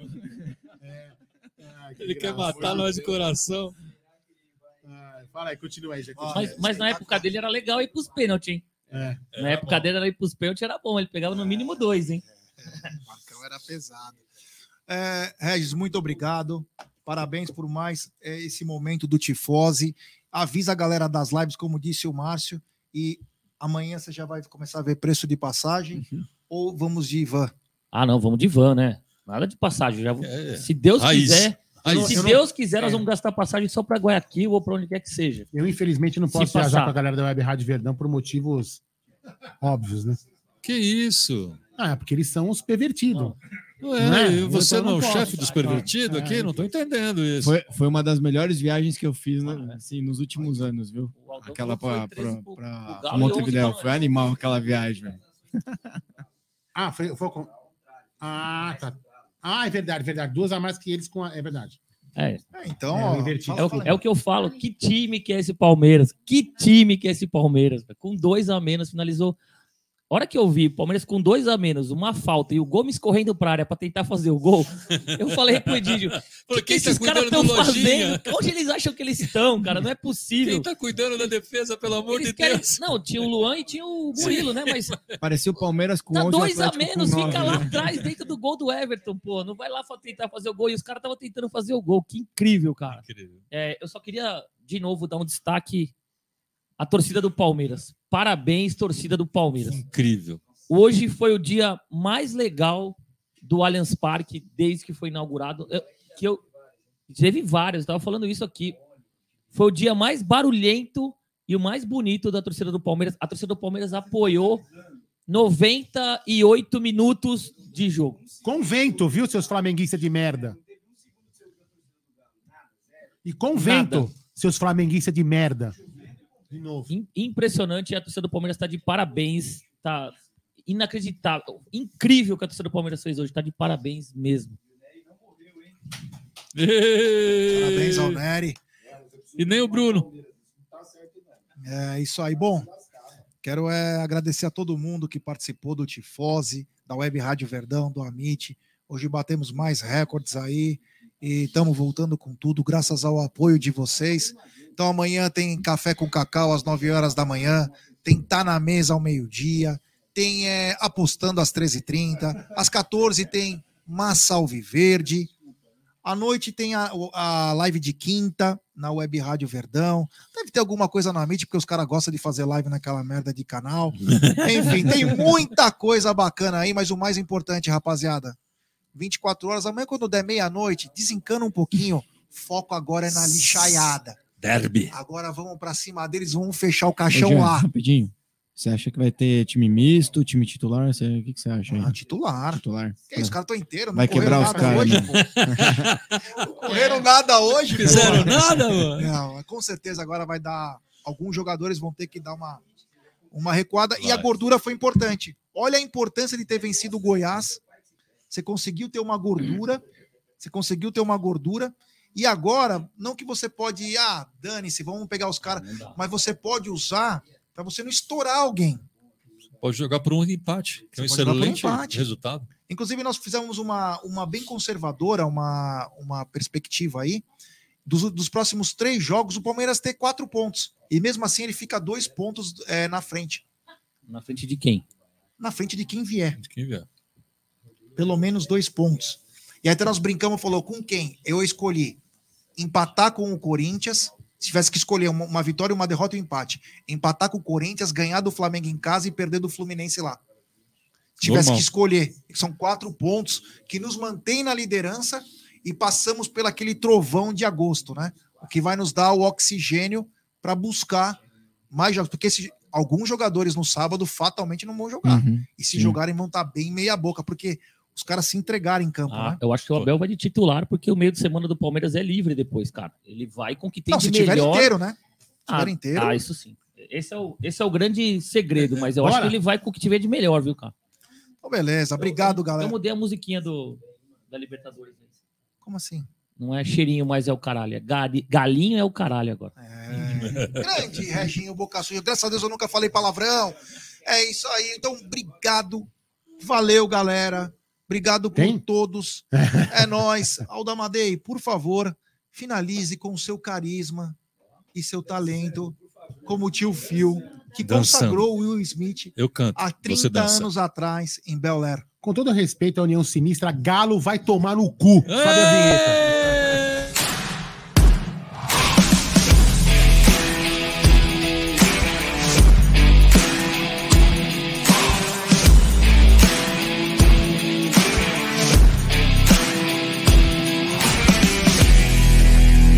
Ele quer matar nós de coração. Fala aí, continua aí. Mas na época dele era legal ir pros pênaltis, hein? Na época dele era ir pros pênaltis, era bom. Ele pegava no mínimo 2, hein? O Marcão era pesado. Regis, muito obrigado. Parabéns por mais esse momento do Tifose. Avisa a galera das lives, como disse o Márcio. E amanhã você já vai começar a ver preço de passagem. Ou vamos de van? Não, vamos de van, né? Nada de passagem. Se Deus quiser... Deus quiser, nós vamos gastar passagem só para Guayaquil ou para onde quer que seja. Eu, infelizmente, não posso viajar com a galera da Web Rádio Verdão por motivos óbvios, né? Que isso? Porque eles são os pervertidos. Você não é o chefe dos pervertidos aqui? Não estou entendendo isso. Foi uma das melhores viagens que eu fiz assim, nos últimos anos, viu? Aquela para Montevidéu. Foi animal aquela viagem, velho. Foi com... tá. É verdade. 2 a mais que eles com é verdade. Então, é o que eu falo. Que time que é esse Palmeiras? Que time que é esse Palmeiras? Com 2 a menos, finalizou A hora que eu vi o Palmeiras com 2 a menos, uma falta e o Gomes correndo pra área pra tentar fazer o gol, eu falei pro Edílio, o que esses caras estão fazendo? Onde eles acham que eles estão, cara? Não é possível. Quem tá cuidando da defesa, pelo amor de Deus? Não, tinha o Luan e tinha o Murilo, né? Mas parecia o Palmeiras com 11 2 a Atlético menos, com 9, fica lá né? atrás, dentro do gol do Everton, pô. Não vai lá pra tentar fazer o gol. E os caras estavam tentando fazer o gol. Que incrível, cara. Eu só queria, de novo, dar um destaque à torcida do Palmeiras. Parabéns, torcida do Palmeiras. Incrível. Hoje foi o dia mais legal do Allianz Parque desde que foi inaugurado. Teve vários, eu estava falando isso aqui. Foi o dia mais barulhento e o mais bonito da torcida do Palmeiras. A torcida do Palmeiras apoiou 98 minutos de jogo. Com vento, viu, seus flamenguistas de merda? E com vento, seus flamenguistas de merda. De novo. Impressionante, a torcida do Palmeiras está de parabéns. Tá inacreditável. Incrível o que a torcida do Palmeiras fez hoje. Está de parabéns mesmo. Parabéns ao Nery. E nem o Bruno. É isso aí. Bom, quero agradecer a todo mundo que participou do Tifose, da Web Rádio Verdão, do Amit. Hoje batemos mais recordes aí e estamos voltando com tudo, graças ao apoio de vocês. Então amanhã tem Café com Cacau às 9 horas da manhã, tem Tá na Mesa ao meio-dia, tem Apostando às 13h30, às 14h tem Massa Alviverde, à noite tem a live de quinta na Web Rádio Verdão. Deve ter alguma coisa na mídia, porque os caras gostam de fazer live naquela merda de canal. Enfim, tem muita coisa bacana aí, mas o mais importante, rapaziada, 24 horas, amanhã quando der meia-noite, desencana um pouquinho, foco agora é na lixaiada. Derby. Agora vamos pra cima deles, vamos fechar o caixão lá. Rapidinho. Você acha que vai ter time misto, time titular? O que você acha aí? Titular. Que isso, os caras estão inteiros. Vai quebrar os caras. Hoje, não correram nada hoje. Fizeram nada, mano? Não, com certeza agora vai dar... Alguns jogadores vão ter que dar uma recuada. E a gordura foi importante. Olha a importância de ter vencido o Goiás. Você conseguiu ter uma gordura. E agora, não que você pode ir, dane-se, vamos pegar os caras. Mas você pode usar para você não estourar alguém. Pode jogar por um empate, que é um excelente resultado. Inclusive, nós fizemos uma bem conservadora, uma perspectiva aí. Dos próximos 3 jogos, o Palmeiras ter 4 pontos. E mesmo assim, ele fica 2 pontos na frente. Na frente de quem? Na frente de quem vier. De quem vier. Pelo menos 2 pontos. E aí até nós brincamos, falou, com quem? Eu escolhi empatar com o Corinthians. Se tivesse que escolher uma vitória, uma derrota e um empate. Empatar com o Corinthians, ganhar do Flamengo em casa e perder do Fluminense lá. Se tivesse que escolher, são 4 pontos que nos mantém na liderança e passamos pelo aquele trovão de agosto, né? O que vai nos dar o oxigênio para buscar mais jogos. Porque alguns jogadores no sábado fatalmente não vão jogar. E se jogarem vão estar bem meia boca, porque os caras se entregaram em campo, né? Eu acho que o Abel vai de titular, porque o meio de semana do Palmeiras é livre depois, cara. Ele vai com o que tem de melhor. Se tiver inteiro, né? Se tiver inteiro. Isso sim. Esse é o grande segredo, mas eu acho que ele vai com o que tiver de melhor, viu, cara? Então, beleza. Obrigado, galera. Eu mudei a musiquinha da Libertadores. Como assim? Não é cheirinho, mas é o caralho. É galinho é o caralho agora. Grande Reginho Boca Suja. Graças a Deus eu nunca falei palavrão. É isso aí. Então, obrigado. Valeu, galera. Obrigado por todos. É nóis. Aldamadei, por favor, finalize com o seu carisma e seu talento, como o tio Phil, que consagrou o Will Smith há 30 anos atrás em Bel Air. Com todo respeito à União Sinistra, Galo vai tomar no cu. Sabe a vinheta?